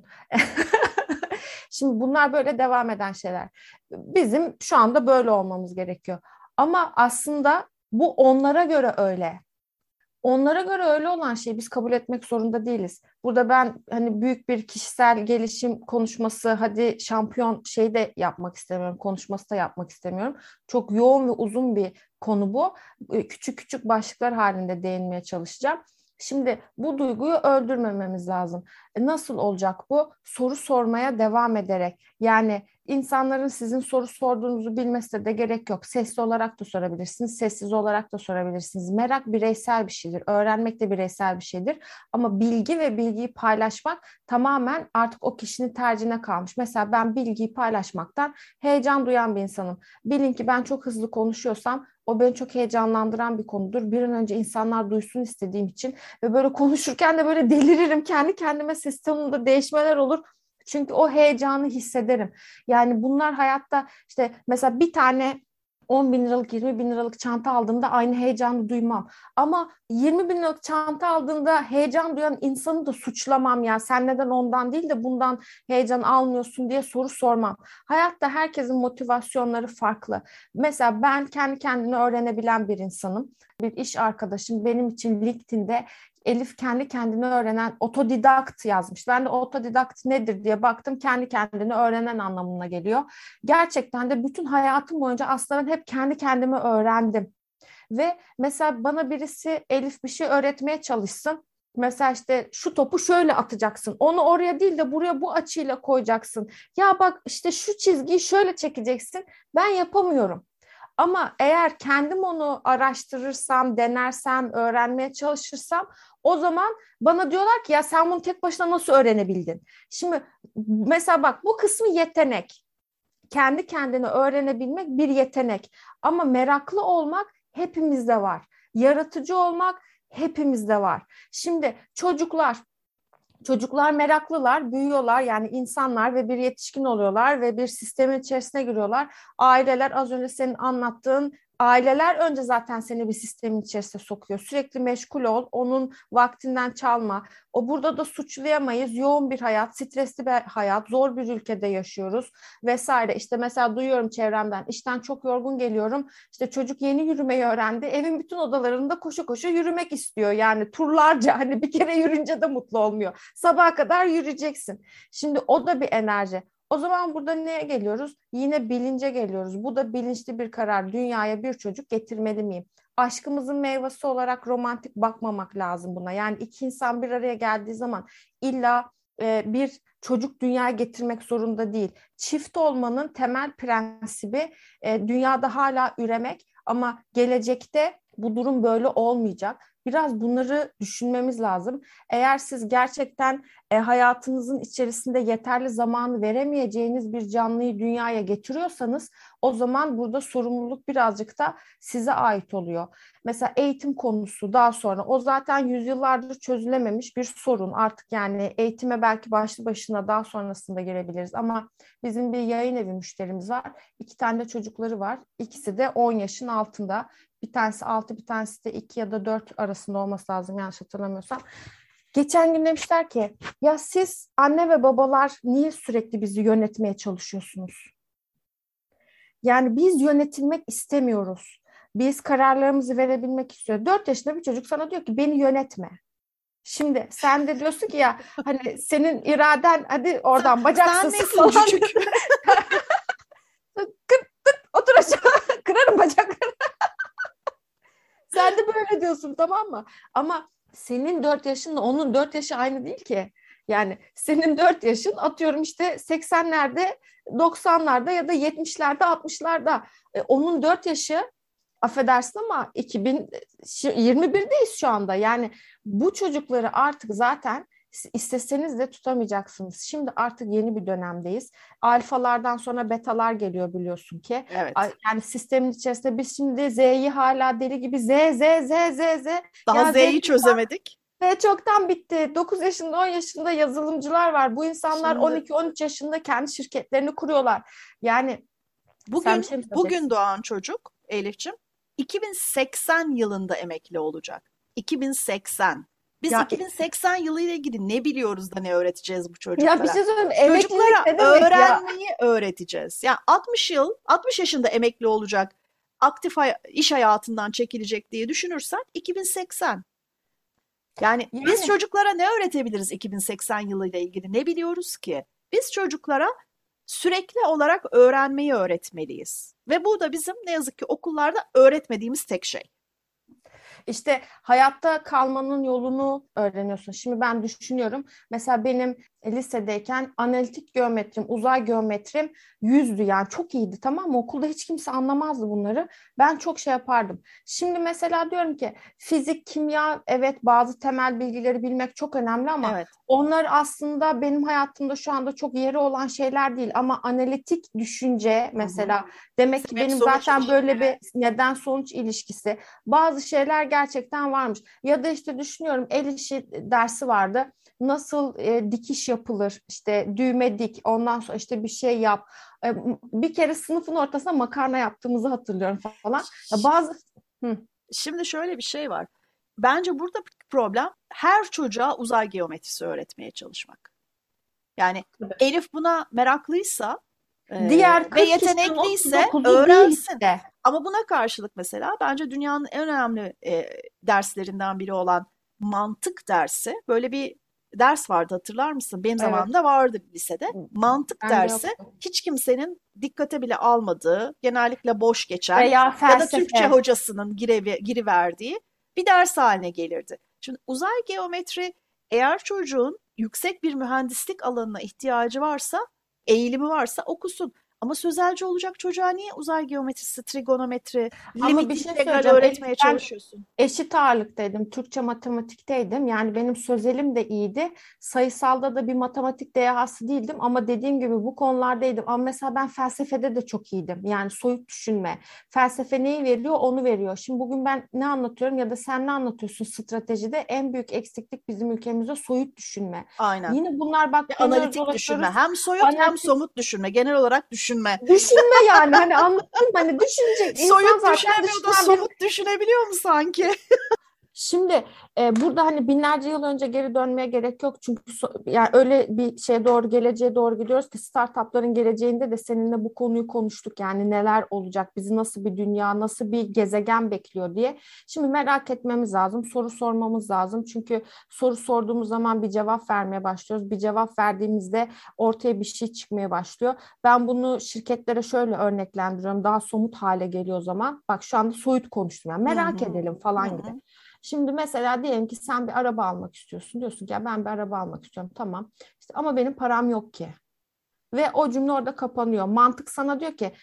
Şimdi bunlar böyle devam eden şeyler. Bizim şu anda böyle olmamız gerekiyor. Ama aslında bu onlara göre öyle. Onlara göre öyle olan şeyi biz kabul etmek zorunda değiliz. Burada ben hani büyük bir kişisel gelişim konuşması, hadi şampiyon şey de yapmak istemiyorum, konuşması da yapmak istemiyorum. Çok yoğun ve uzun bir konu bu. Küçük küçük başlıklar halinde değinmeye çalışacağım. Şimdi bu duyguyu öldürmememiz lazım. Nasıl olacak bu? Soru sormaya devam ederek. Yani insanların sizin soru sorduğunuzu bilmesine de gerek yok. Sesli olarak da sorabilirsiniz, sessiz olarak da sorabilirsiniz. Merak bireysel bir şeydir, öğrenmek de bireysel bir şeydir. Ama bilgi ve bilgiyi paylaşmak tamamen artık o kişinin tercihine kalmış. Mesela ben bilgiyi paylaşmaktan heyecan duyan bir insanım. Bilin ki ben çok hızlı konuşuyorsam o beni çok heyecanlandıran bir konudur. Bir an önce insanlar duysun istediğim için ve böyle konuşurken de böyle deliririm. Kendi kendime ses tonunda değişmeler olur. Çünkü o heyecanı hissederim. Yani bunlar hayatta işte mesela bir tane 10 bin liralık 20 bin liralık çanta aldığımda aynı heyecanı duymam. Ama 20 bin liralık çanta aldığında heyecan duyan insanı da suçlamam ya. Sen neden ondan değil de bundan heyecan almıyorsun diye soru sormam. Hayatta herkesin motivasyonları farklı. Mesela ben kendi kendine öğrenebilen bir insanım. Bir iş arkadaşım benim için LinkedIn'de Elif kendi kendine öğrenen otodidakt yazmış. Ben de otodidakt nedir diye baktım. Kendi kendine öğrenen anlamına geliyor. Gerçekten de bütün hayatım boyunca aslında ben hep kendi kendime öğrendim. Ve mesela bana birisi Elif bir şey öğretmeye çalışsın. Mesela işte şu topu şöyle atacaksın. Onu oraya değil de buraya bu açıyla koyacaksın. Ya bak işte şu çizgiyi şöyle çekeceksin. Ben yapamıyorum. Ama eğer kendim onu araştırırsam, denersem, öğrenmeye çalışırsam o zaman bana diyorlar ki ya sen bunu tek başına nasıl öğrenebildin? Şimdi mesela bak bu kısmı yetenek. Kendi kendine öğrenebilmek bir yetenek. Ama meraklı olmak hepimizde var. Yaratıcı olmak hepimizde var. Şimdi çocuklar meraklılar, büyüyorlar yani insanlar ve bir yetişkin oluyorlar ve bir sistemin içerisine giriyorlar. Aileler az önce senin anlattığın aileler önce zaten seni bir sistemin içerisine sokuyor. Sürekli meşgul ol, onun vaktinden çalma. O burada da suçlayamayız. Yoğun bir hayat, stresli bir hayat, zor bir ülkede yaşıyoruz vesaire. İşte mesela duyuyorum çevremden, işten çok yorgun geliyorum. İşte çocuk yeni yürümeyi öğrendi. Evin bütün odalarında koşu koşu yürümek istiyor. Yani turlarca hani bir kere yürünce de mutlu olmuyor. Sabaha kadar yürüyeceksin. Şimdi o da bir enerji. O zaman burada neye geliyoruz? Yine bilince geliyoruz. Bu da bilinçli bir karar. Dünyaya bir çocuk getirmeli miyim? Aşkımızın meyvesi olarak romantik bakmamak lazım buna. Yani iki insan bir araya geldiği zaman illa bir çocuk dünyaya getirmek zorunda değil. Çift olmanın temel prensibi dünyada hala üremek ama gelecekte bu durum böyle olmayacak. Biraz bunları düşünmemiz lazım. Eğer siz gerçekten hayatınızın içerisinde yeterli zamanı veremeyeceğiniz bir canlıyı dünyaya getiriyorsanız o zaman burada sorumluluk birazcık da size ait oluyor. Mesela eğitim konusu daha sonra o zaten yüzyıllardır çözülememiş bir sorun. Artık yani eğitime belki başlı başına daha sonrasında girebiliriz ama bizim bir yayın evi müşterimiz var. İki tane de çocukları var. İkisi de 10 yaşın altında. Bir tanesi 6, bir tanesi de 2 ya da 4 arasında olması lazım yanlış hatırlamıyorsam. Geçen gün demişler ki ya siz anne ve babalar niye sürekli bizi yönetmeye çalışıyorsunuz? Yani biz yönetilmek istemiyoruz. Biz kararlarımızı verebilmek istiyoruz. 4 yaşında bir çocuk sana diyor ki beni yönetme. Şimdi sen de diyorsun ki ya hani senin iraden hadi Sen, oradan sen bacaksız nesin falan. cücük? Kırt kırt otur aşağı kırarım bacaklarını. Sen de böyle diyorsun tamam mı? Ama senin 4 yaşınla onun 4 yaşı aynı değil ki. Yani senin 4 yaşın atıyorum işte 80'lerde, 90'larda ya da 70'lerde, 60'larda. Onun 4 yaşı affedersin ama 2021'deyiz şu anda. Yani bu çocukları artık zaten isteseniz de tutamayacaksınız. Şimdi artık yeni bir dönemdeyiz. Alfalardan sonra betalar geliyor biliyorsun ki. Evet. Yani sistemin içerisinde biz şimdi Z'yi hala deli gibi Z. Daha Ya Z'yi çözemedik. Z çoktan bitti. 9 yaşında 10 yaşında yazılımcılar var. Bu insanlar Şimdi 12-13 yaşında kendi şirketlerini kuruyorlar. Yani sen bir bugün şey mi bugün söyleyeceksin? doğan çocuk Elifçim 2080 yılında emekli olacak. 2080. Biz Ya 2080 yılı ile ilgili ne biliyoruz da ne öğreteceğiz bu ya bir çocuklara? şey söyleyeyim mi? Emeklilik Çocuklara ne demek ya? öğrenmeyi öğreteceğiz. Yani 60 yaşında emekli olacak, aktif iş hayatından çekilecek diye düşünürsen 2080. Yani biz Yani çocuklara ne öğretebiliriz 2080 yılıyla ilgili? Ne biliyoruz ki? Biz çocuklara sürekli olarak öğrenmeyi öğretmeliyiz. Ve bu da bizim ne yazık ki okullarda öğretmediğimiz tek şey. İşte hayatta kalmanın yolunu öğreniyorsun. Şimdi ben düşünüyorum. Mesela benim lisedeyken analitik geometrim, uzay geometrim 100'dü yani çok iyiydi tamam mı? Okulda hiç kimse anlamazdı bunları. Ben çok şey yapardım. Şimdi mesela diyorum ki fizik, kimya evet bazı temel bilgileri bilmek çok önemli ama Evet. onlar aslında benim hayatımda şu anda çok yeri olan şeyler değil. Ama analitik düşünce Hı hı. mesela demek ki Sebep benim sonuç zaten böyle ilişkileri. bir neden sonuç ilişkisi bazı şeyler gerçekten varmış. Ya da işte düşünüyorum el işi dersi vardı. Nasıl dikiş yapılır? İşte düğme dik, ondan sonra işte bir şey yap. Bir kere sınıfın ortasında makarna yaptığımızı hatırlıyorum falan. Ya bazı Hı, Şimdi şöyle bir şey var. Bence burada problem her çocuğa uzay geometrisi öğretmeye çalışmak. Yani tabii. Elif buna meraklıysa Diğer ve 40 kişinin yetenekliyse 39'u değil öğrensin. işte. Ama buna karşılık mesela bence dünyanın en önemli derslerinden biri olan mantık dersi. Böyle bir ders vardı hatırlar mısın? Benim Evet. zamanımda vardı lisede. Mantık Bende dersi yoktu. hiç kimsenin dikkate bile almadığı, genellikle boş geçen Veya ya da Türkçe felsefe. hocasının giriverdiği bir ders haline gelirdi. Şimdi uzay geometri, eğer çocuğun yüksek bir mühendislik alanına ihtiyacı varsa, eğilimi varsa okusun. Ama sözelci olacak çocuğa niye uzay geometrisi, trigonometri, Ama bir limit şey integral söyleyeceğim Elif, öğretmeye ben çalışıyorsun? eşit ağırlıktaydım. Türkçe matematikteydim. Yani benim sözelim de iyiydi. Sayısalda da bir matematik dehası değildim ama dediğim gibi bu konulardaydım. Ama mesela ben felsefede de çok iyiydim. Yani soyut düşünme. Felsefe neyi veriyor? Onu veriyor. Şimdi bugün ben ne anlatıyorum ya da sen ne anlatıyorsun stratejide? En büyük eksiklik bizim ülkemizde soyut düşünme. Aynen. Yine bunlar Ve bak dönüyoruz analitik düşünme. dolaşıyoruz. Hem soyut hem Analitik somut düşünme. Genel olarak düşünme. düşünme yani hani anladın mı? Hani düşünecek insan Soyut zaten düşünemiyor da düşünen bir. somut düşünebiliyor mu sanki? Şimdi burada hani binlerce yıl önce geri dönmeye gerek yok çünkü yani öyle bir şeye doğru geleceğe doğru gidiyoruz ki startupların geleceğinde de seninle bu konuyu konuştuk yani neler olacak bizi nasıl bir dünya nasıl bir gezegen bekliyor diye. Şimdi merak etmemiz lazım, soru sormamız lazım çünkü soru sorduğumuz zaman bir cevap vermeye başlıyoruz, bir cevap verdiğimizde ortaya bir şey çıkmaya başlıyor. Ben bunu şirketlere şöyle örneklendiriyorum, daha somut hale geliyor o zaman. Bak şu anda soyut konuştum yani Hı merak hı. edelim Hı falan gibi. hı. Şimdi mesela diyelim ki sen bir araba almak istiyorsun. Diyorsun ki ya ben bir araba almak istiyorum. Tamam. İşte ama benim param yok ki. Ve o cümle orada kapanıyor. Mantık sana diyor ki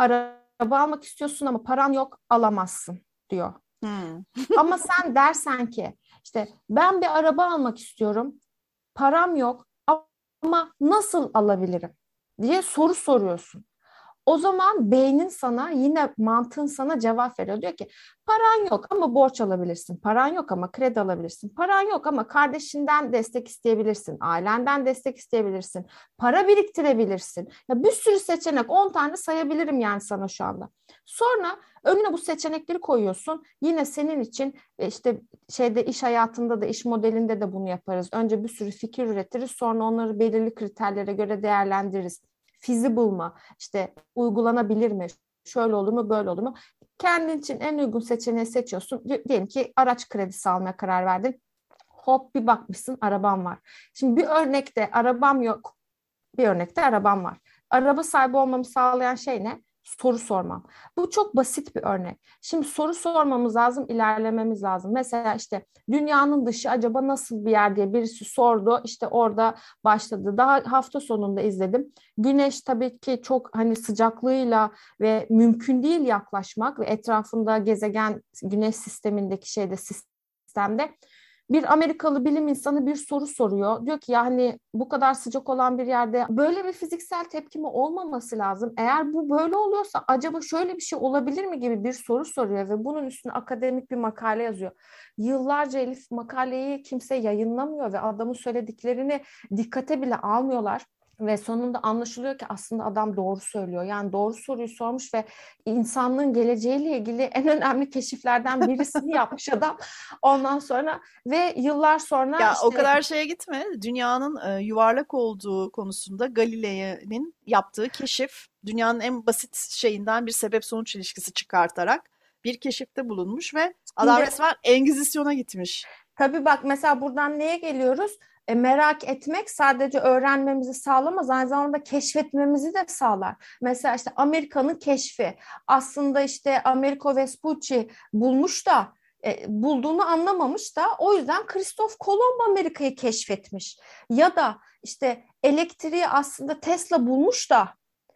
araba almak istiyorsun ama paran yok alamazsın diyor. Hı. Ama sen dersen ki işte ben bir araba almak istiyorum. Param yok ama nasıl alabilirim diye soru soruyorsun. O zaman beynin sana yine mantığın sana cevap veriyor. Diyor ki paran yok ama borç alabilirsin. Paran yok ama kredi alabilirsin. Paran yok ama kardeşinden destek isteyebilirsin. Ailenden destek isteyebilirsin. Para biriktirebilirsin. Ya bir sürü seçenek 10 tane sayabilirim yani sana şu anda. Sonra önüne bu seçenekleri koyuyorsun. Yine senin için işte şeyde iş hayatında da iş modelinde de bunu yaparız. Önce bir sürü fikir üretiriz. Sonra onları belirli kriterlere göre değerlendiririz. Feasible mı? İşte uygulanabilir mi? Şöyle olur mu, böyle olur mu? Kendin için en uygun seçeneği seçiyorsun. Diyelim ki araç kredisi almaya karar verdin. Hop bir bakmışsın araban var. Şimdi bir örnekte arabam yok, bir örnekte arabam var. Araba sahibi olmamı sağlayan şey ne? Soru sormam. Bu çok basit bir örnek. Şimdi soru sormamız lazım, ilerlememiz lazım. Mesela işte dünyanın dışı acaba nasıl bir yer diye birisi sordu. İşte orada başladı. Daha hafta sonunda izledim. Güneş tabii ki çok hani sıcaklığıyla ve mümkün değil yaklaşmak ve etrafında gezegen güneş sistemindeki sistemde bir Amerikalı bilim insanı bir soru soruyor. Diyor ki yani bu kadar sıcak olan bir yerde böyle bir fiziksel tepkime olmaması lazım. Eğer bu böyle oluyorsa acaba şöyle bir şey olabilir mi gibi bir soru soruyor ve bunun üstüne akademik bir makale yazıyor. Yıllarca Elif makaleyi kimse yayınlamıyor ve adamın söylediklerini dikkate bile almıyorlar. Ve sonunda anlaşılıyor ki aslında adam doğru söylüyor. Yani doğru soruyu sormuş ve insanlığın geleceğiyle ilgili en önemli keşiflerden birisini yapmış adam. Ondan sonra ve yıllar sonra Ya o işte kadar şeye gitme. Dünyanın yuvarlak olduğu konusunda Galilei'nin yaptığı keşif, dünyanın en basit şeyinden bir sebep sonuç ilişkisi çıkartarak bir keşifte bulunmuş ve adam şimdi resmen Engizisyon'a gitmiş. tabii bak mesela buradan neye geliyoruz? Merak etmek sadece öğrenmemizi sağlamaz, aynı zamanda keşfetmemizi de sağlar. Mesela işte Amerika'nın keşfi. Aslında işte Amerigo Vespucci bulmuş da bulduğunu anlamamış da o yüzden Kristof Kolomb Amerika'yı keşfetmiş. Ya da işte elektriği aslında Tesla bulmuş da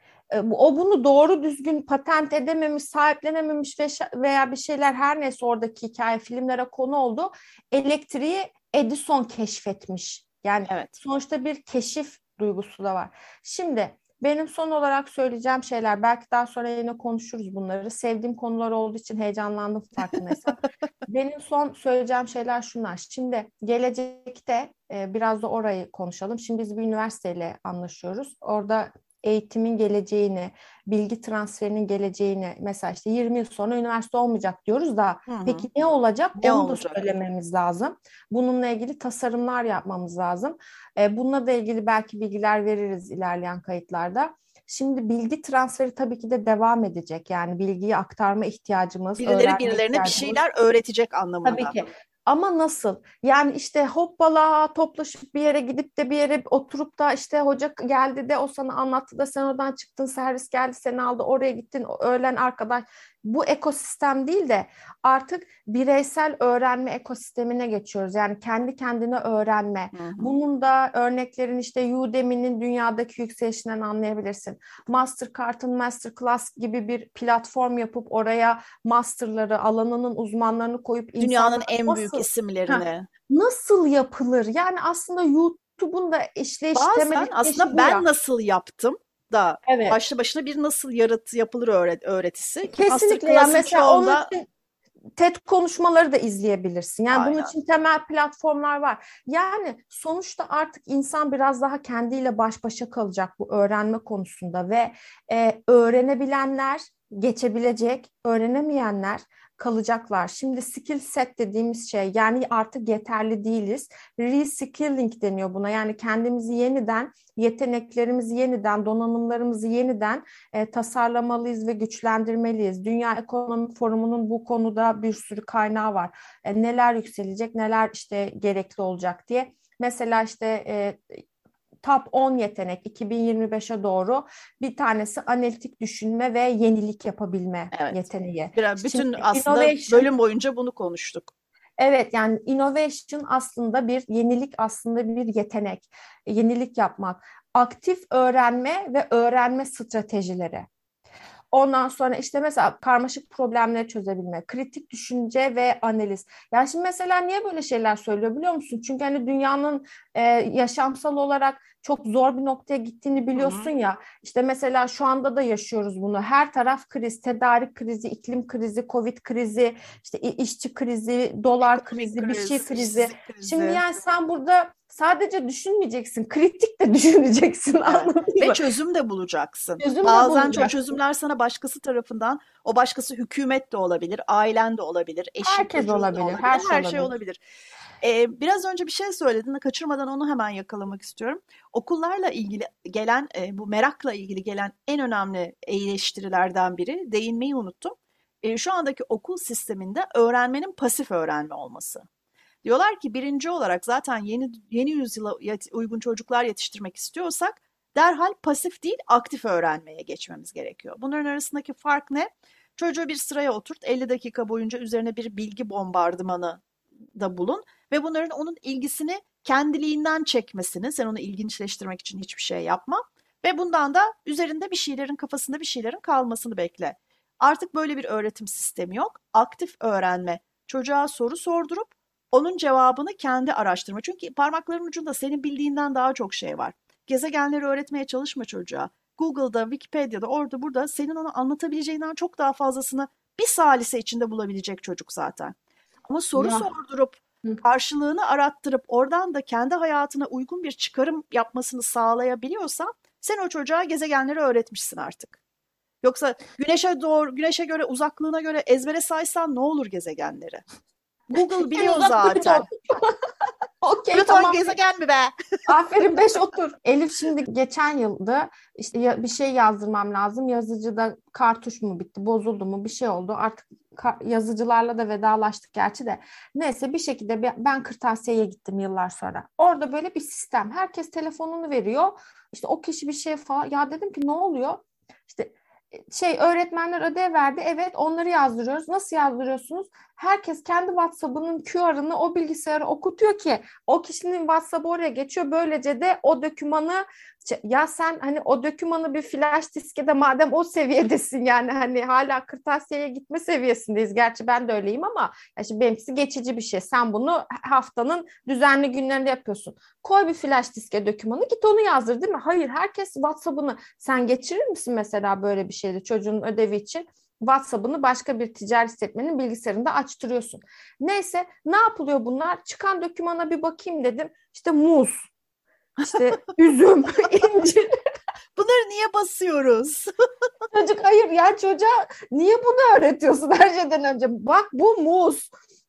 o bunu doğru düzgün patent edememiş, sahiplenememiş veya bir şeyler her neyse oradaki hikaye filmlere konu oldu. Elektriği Edison keşfetmiş. Yani Evet. sonuçta bir keşif duygusu da var. Şimdi benim son olarak söyleyeceğim şeyler, belki daha sonra yine konuşuruz bunları. Sevdiğim konular olduğu için heyecanlandım farkındaysan. Benim son söyleyeceğim şeyler şunlar. Şimdi gelecekte biraz da orayı konuşalım. Şimdi biz bir üniversiteyle anlaşıyoruz. Orada eğitimin geleceğini, bilgi transferinin geleceğini mesela işte 20 yıl sonra üniversite olmayacak diyoruz da Hı hı. peki ne olacak? Ne Onu da olacak? söylememiz lazım. Bununla ilgili tasarımlar yapmamız lazım. Bununla da ilgili belki bilgiler veririz ilerleyen kayıtlarda. Şimdi bilgi transferi tabii ki de devam edecek. Yani bilgiyi aktarma ihtiyacımız, Birileri öğrenme birilerine bir ihtiyacımız şeyler öğretecek tabii anlamında. ki. Ama nasıl? Yani işte hoppala toplaşıp bir yere gidip de bir yere oturup da işte hoca geldi de o sana anlattı da sen oradan çıktın, servis geldi seni aldı, oraya gittin, öğlen arkadaş. Bu ekosistem değil de artık bireysel öğrenme ekosistemine geçiyoruz. Yani kendi kendine öğrenme. Hı hı. Bunun da örneklerin işte Udemy'nin dünyadaki yükselişinden anlayabilirsin. Mastercard'ın Masterclass gibi bir platform yapıp oraya masterları, alanının uzmanlarını koyup Dünyanın insanlar en büyük nasıl Heh, isimlerini. nasıl yapılır? Yani aslında YouTube'un da işleyiş temel Bazen işleyişi aslında bu ben ya. nasıl yaptım da Evet. başlı başına bir nasıl yapılır öğretisi ki Kesinlikle yani Masterclass'ın mesela onun çoğunda için TED konuşmaları da izleyebilirsin. Yani bunun aynen. için temel platformlar var. Yani sonuçta artık insan biraz daha kendiyle baş başa kalacak bu öğrenme konusunda ve öğrenebilenler geçebilecek, öğrenemeyenler kalacaklar. Şimdi skill set dediğimiz şey yani artık yeterli değiliz. Reskilling deniyor buna. Yani kendimizi yeniden, yeteneklerimizi yeniden, donanımlarımızı yeniden tasarlamalıyız ve güçlendirmeliyiz. Dünya Ekonomi Forumu'nun bu konuda bir sürü kaynağı var. Neler yükselecek, neler işte gerekli olacak diye. Mesela işte Top 10 yetenek 2025'e doğru bir tanesi analitik düşünme ve yenilik yapabilme Evet. yeteneği. Şimdi Bütün aslında innovation bölüm boyunca bunu konuştuk. evet yani innovation aslında bir yenilik aslında bir yetenek. Yenilik yapmak. Aktif öğrenme ve öğrenme stratejileri. Ondan sonra işte mesela karmaşık problemleri çözebilme, kritik düşünce ve analiz. Yani şimdi mesela niye böyle şeyler söylüyor biliyor musun? Çünkü hani dünyanın yaşamsal olarak çok zor bir noktaya gittiğini Hı biliyorsun hı. ya. İşte mesela şu anda da yaşıyoruz bunu. Her taraf kriz, tedarik krizi, iklim krizi, Covid krizi, işte işçi krizi, dolar Ekonomik krizi, bir şey kriz, krizi. işsizlik Şimdi krizi. yani sen burada sadece düşünmeyeceksin, kritik de düşüneceksin Evet. anladın Ve mı? çözüm de bulacaksın. Çözüm de Bazen o bulacaksın. çözümler sana başkası tarafından, o başkası hükümet de olabilir, ailen de olabilir, eşin, Herkes çocuğun da olabilir, olabilir, her şey her şey olabilir. olabilir. Biraz önce bir şey söyledin, kaçırmadan onu hemen yakalamak istiyorum. Okullarla ilgili gelen, bu merakla ilgili gelen en önemli eleştirilerden biri, değinmeyi unuttum. Şu andaki okul sisteminde öğrenmenin pasif öğrenme olması. Diyorlar ki birinci olarak zaten yeni yüzyıla uygun çocuklar yetiştirmek istiyorsak derhal pasif değil aktif öğrenmeye geçmemiz gerekiyor. Bunların arasındaki fark ne? Çocuğu bir sıraya oturt, 50 dakika boyunca üzerine bir bilgi bombardımanı da bulun ve bunların onun ilgisini kendiliğinden çekmesini, sen onu ilginçleştirmek için hiçbir şey yapma ve bundan da üzerinde bir şeylerin, kafasında bir şeylerin kalmasını bekle. Artık böyle bir öğretim sistemi yok. Aktif öğrenme. Çocuğa soru sordurup onun cevabını kendi araştırma. Çünkü parmaklarının ucunda senin bildiğinden daha çok şey var. Gezegenleri öğretmeye çalışma çocuğa. Google'da, Wikipedia'da, orada burada senin ona anlatabileceğinden çok daha fazlasını bir salise içinde bulabilecek çocuk zaten. Ama soru Ya sordurup, hı. karşılığını arattırıp, oradan da kendi hayatına uygun bir çıkarım yapmasını sağlayabiliyorsan, sen o çocuğa gezegenleri öğretmişsin artık. Yoksa güneşe doğru, güneşe göre, uzaklığına göre ezbere saysan ne olur gezegenleri? Google En biliyor uzak zaten. Plüton. Okey Plüton tamam. gezegen mi be? Aferin 5 otur. Elif şimdi geçen yılda işte bir şey yazdırmam lazım. Yazıcıda kartuş mu bitti, bozuldu mu bir şey oldu. Artık yazıcılarla da vedalaştık gerçi de. Neyse bir şekilde ben kırtasiyeye gittim yıllar sonra. Orada böyle bir sistem. Herkes telefonunu veriyor. İşte o kişi bir şey falan. Ya dedim ki ne oluyor? İşte şey öğretmenler ödev verdi. Evet onları yazdırıyoruz. Nasıl yazdırıyorsunuz? Herkes kendi WhatsApp'ının QR'ını o bilgisayara okutuyor ki o kişinin WhatsApp'ı oraya geçiyor. Böylece de o dokümanı ya sen hani o dokümanı bir flash diske de madem o seviyedesin yani hani hala kırtasiyeye gitme seviyesindeyiz. Gerçi ben de öyleyim ama ya şimdi benimkisi geçici bir şey. Sen bunu haftanın düzenli günlerinde yapıyorsun. Koy bir flash diske dokümanı git onu yazdır değil mi? Hayır herkes WhatsApp'ını sen geçirir misin mesela böyle bir şeyde çocuğun ödevi için? WhatsApp'ını başka bir ticari işletmenin bilgisayarında açtırıyorsun. Neyse ne yapılıyor bunlar? Çıkan dokümana bir bakayım dedim. İşte muz, işte üzüm, incir. Bunları niye basıyoruz? Çocuk hayır ya çocuğa niye bunu öğretiyorsun her şeyden önce? Bak bu muz.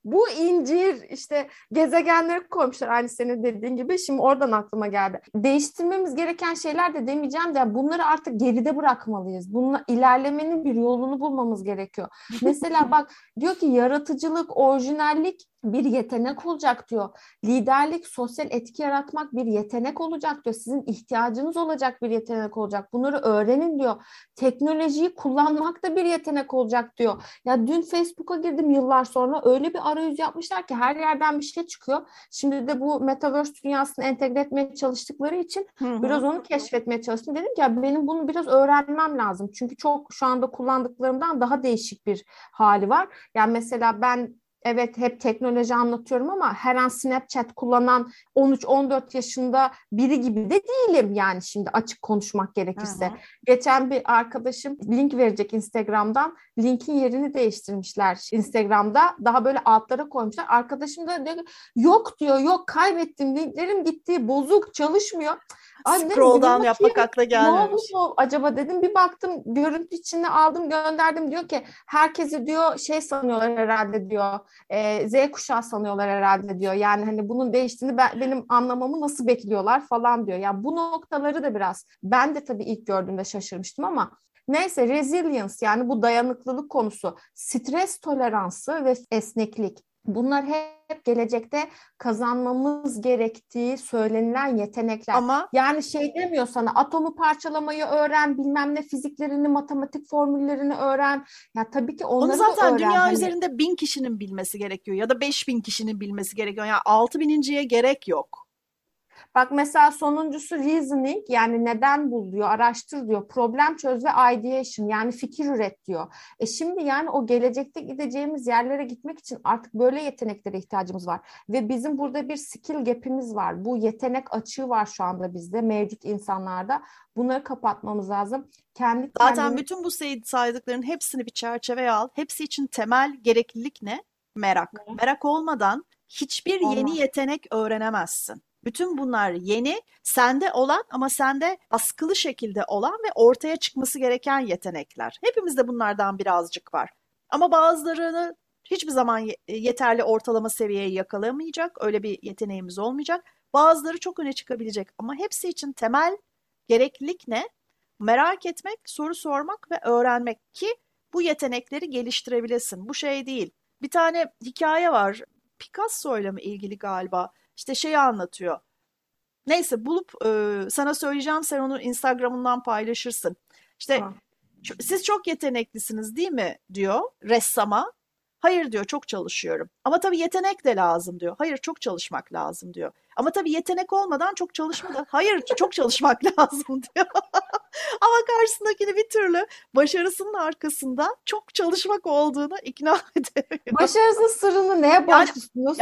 Bu incir işte gezegenleri koymuşlar aynı senin dediğin gibi. Şimdi oradan aklıma geldi. Değiştirmemiz gereken şeyler de demeyeceğim de bunları artık geride bırakmalıyız. Bununla ilerlemenin bir yolunu bulmamız gerekiyor. Mesela bak diyor ki yaratıcılık, orijinallik bir yetenek olacak diyor. Liderlik, sosyal etki yaratmak bir yetenek olacak diyor. Sizin ihtiyacınız olacak bir yetenek olacak. Bunları öğrenin diyor. Teknolojiyi kullanmak da bir yetenek olacak diyor. Ya dün Facebook'a girdim yıllar sonra öyle bir arayüz yapmışlar ki her yerden bir şey çıkıyor. Şimdi de bu Metaverse dünyasını entegre etmeye çalıştıkları için Hı biraz hı. onu keşfetmeye çalıştım. Dedim ki ya benim bunu biraz öğrenmem lazım. Çünkü çok şu anda kullandıklarımdan daha değişik bir hali var. Yani mesela ben evet hep teknoloji anlatıyorum ama her an Snapchat kullanan 13-14 yaşında biri gibi de değilim yani şimdi açık konuşmak Hı gerekirse. hı. Geçen bir arkadaşım link verecek Instagram'dan. Linkin yerini değiştirmişler Instagram'da. Daha böyle altlara koymuşlar. Arkadaşım da diyor ki, yok diyor, yok kaybettim. Linklerim gitti, bozuk, çalışmıyor. Anne dedim bir Scroll down yapmak bakayım. akla Ne olmuş gelmemiş. o acaba dedim. Bir baktım görüntü içinde aldım gönderdim. Diyor ki herkesi diyor şey sanıyorlar herhalde diyor. Z kuşağı sanıyorlar herhalde diyor. Yani hani bunun değiştiğini benim anlamamı nasıl bekliyorlar falan diyor. Yani bu noktaları da biraz ben de tabii ilk gördüğümde şaşırmıştım ama neyse resilience yani bu dayanıklılık konusu, stres toleransı ve esneklik. Bunlar hep gelecekte kazanmamız gerektiği söylenilen yetenekler. Ama Yani şey demiyor sana atomu parçalamayı öğren, bilmem ne fiziklerini, matematik formüllerini öğren. Ya tabii ki onu onları da zaten öğren. dünya Hani üzerinde 1000 kişinin bilmesi gerekiyor ya da 5000 kişinin bilmesi gerekiyor. Yani 6000'inciye gerek yok. bak mesela sonuncusu reasoning yani neden bul diyor, araştır diyor, problem çöz ve ideation yani fikir üret diyor. Şimdi yani o gelecekte gideceğimiz yerlere gitmek için artık böyle yeteneklere ihtiyacımız var. Ve bizim burada bir skill gap'imiz var. Bu yetenek açığı var şu anda bizde, mevcut insanlarda. Bunları kapatmamız lazım. Kendi Zaten kendine bütün bu saydıkların hepsini bir çerçeveye al. Hepsi için temel gereklilik ne? Merak. Merak olmadan hiçbir yeni olmaz. yetenek öğrenemezsin. Bütün bunlar yeni, sende olan ama sende askılı şekilde olan ve ortaya çıkması gereken yetenekler. Hepimizde bunlardan birazcık var. Ama bazılarını hiçbir zaman yeterli ortalama seviyeyi yakalayamayacak, öyle bir yeteneğimiz olmayacak. Bazıları çok öne çıkabilecek ama hepsi için temel gereklilik ne? Merak etmek, soru sormak ve öğrenmek ki bu yetenekleri geliştirebilesin. Bu şey değil. Bir tane hikaye var. Picasso ile mi ilgili galiba? İşte şeyi anlatıyor. Neyse bulup sana söyleyeceğim. Sen onu Instagram'ından paylaşırsın. İşte Tamam. siz çok yeteneklisiniz değil mi diyor ressama. Hayır diyor çok çalışıyorum. Ama tabii yetenek de lazım diyor. Hayır çok çalışmak lazım diyor. Ama tabii yetenek olmadan çok çalışma da. Hayır çok çalışmak lazım diyor. Ama karşısındakini bir türlü başarısının arkasında çok çalışmak olduğunu ikna edemiyor. Başarısının sırrını neye Yani borçlusunuz?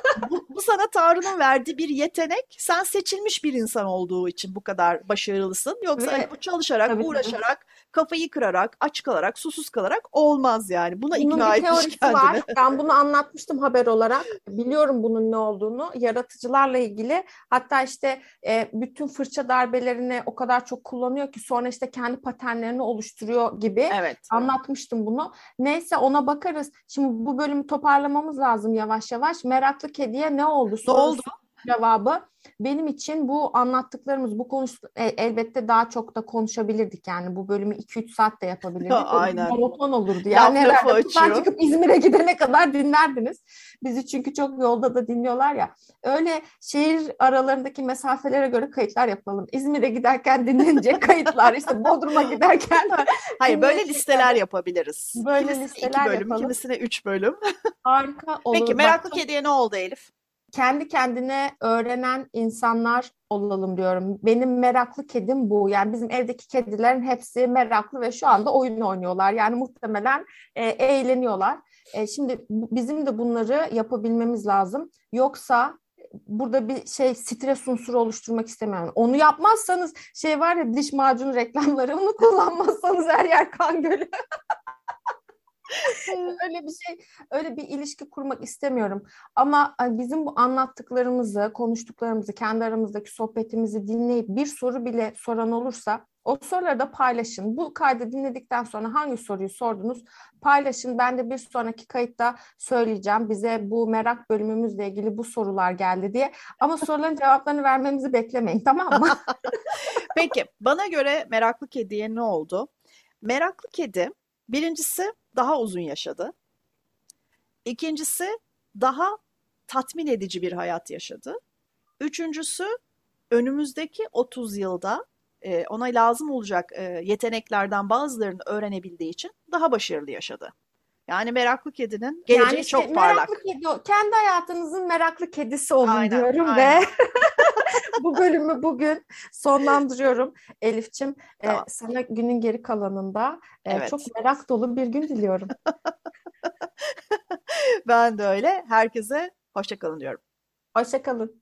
bu sana Tanrı'nın verdiği bir yetenek. Sen seçilmiş bir insan olduğu için bu kadar başarılısın. Yoksa hani Ve bu çalışarak, tabii tabii. uğraşarak, kafayı kırarak, aç kalarak, susuz kalarak olmaz yani. Buna Bunun ikna bir etmiş teorisi var. kendini. Ben bunu anlatmıştım haber olarak. Biliyorum bunun ne olduğunu. Yaratıcılarla ilgili. Hatta işte bütün fırça darbelerini o kadar çok kullanıyor ki sonra işte kendi paternlerini oluşturuyor gibi Evet. anlatmıştım bunu. Neyse ona bakarız. Şimdi bu bölümü toparlamamız lazım yavaş yavaş. Meraklı kediye ne oldu Ne oldu? sorusu cevabı. Benim için bu anlattıklarımız, bu konuş elbette daha çok da konuşabilirdik yani bu bölümü 2-3 saat de yapabilirdik. Aynen. Monoton olurdu. Yani Laf lafı herhalde buradan açıyor. çıkıp İzmir'e gidene kadar dinlerdiniz. Bizi çünkü çok yolda da dinliyorlar ya. Öyle şehir aralarındaki mesafelere göre kayıtlar yapalım. İzmir'e giderken dinlenecek kayıtlar, işte Bodrum'a giderken Hayır, böyle dinlenecek listeler yapabiliriz. böyle Kimisine 2 listeler bölüm, yapalım. kimisine 3 bölüm. Harika Peki olur. Bak meraklı kediye ne oldu Elif? kendi kendine öğrenen insanlar olalım diyorum. Benim meraklı kedim bu. Yani bizim evdeki kedilerin hepsi meraklı ve şu anda oyun oynuyorlar. Yani muhtemelen eğleniyorlar. Şimdi bizim de bunları yapabilmemiz lazım. Yoksa burada bir şey stres unsuru oluşturmak istemiyorum. Onu yapmazsanız şey var ya diş macunu reklamları onu kullanmazsanız her yer kan gölü. Öyle bir şey, öyle bir ilişki kurmak istemiyorum. Ama bizim bu anlattıklarımızı, konuştuklarımızı, kendi aramızdaki sohbetimizi dinleyip bir soru bile soran olursa O soruları da paylaşın. Bu kaydı dinledikten sonra hangi soruyu sordunuz paylaşın. Ben de bir sonraki kayıtta söyleyeceğim. Bize bu merak bölümümüzle ilgili bu sorular geldi diye. Ama soruların cevaplarını vermemizi beklemeyin, tamam mı? Peki, bana göre meraklı kediye ne oldu? Meraklı kedi, birincisi daha uzun yaşadı. İkincisi daha tatmin edici bir hayat yaşadı. Üçüncüsü önümüzdeki 30 yılda ona lazım olacak yeteneklerden bazılarını öğrenebildiği için daha başarılı yaşadı. Yani meraklı kedinin Yani geleceği şey, çok meraklı parlak. kedi, kendi hayatınızın meraklı kedisi olun Aynen, diyorum ve aynen. bu bölümü bugün sonlandırıyorum. Elifçim, Tamam. sana günün geri kalanında Evet. çok merak dolu bir gün diliyorum. Ben de öyle. Herkese hoşça kalın diyorum. Hoşça kalın.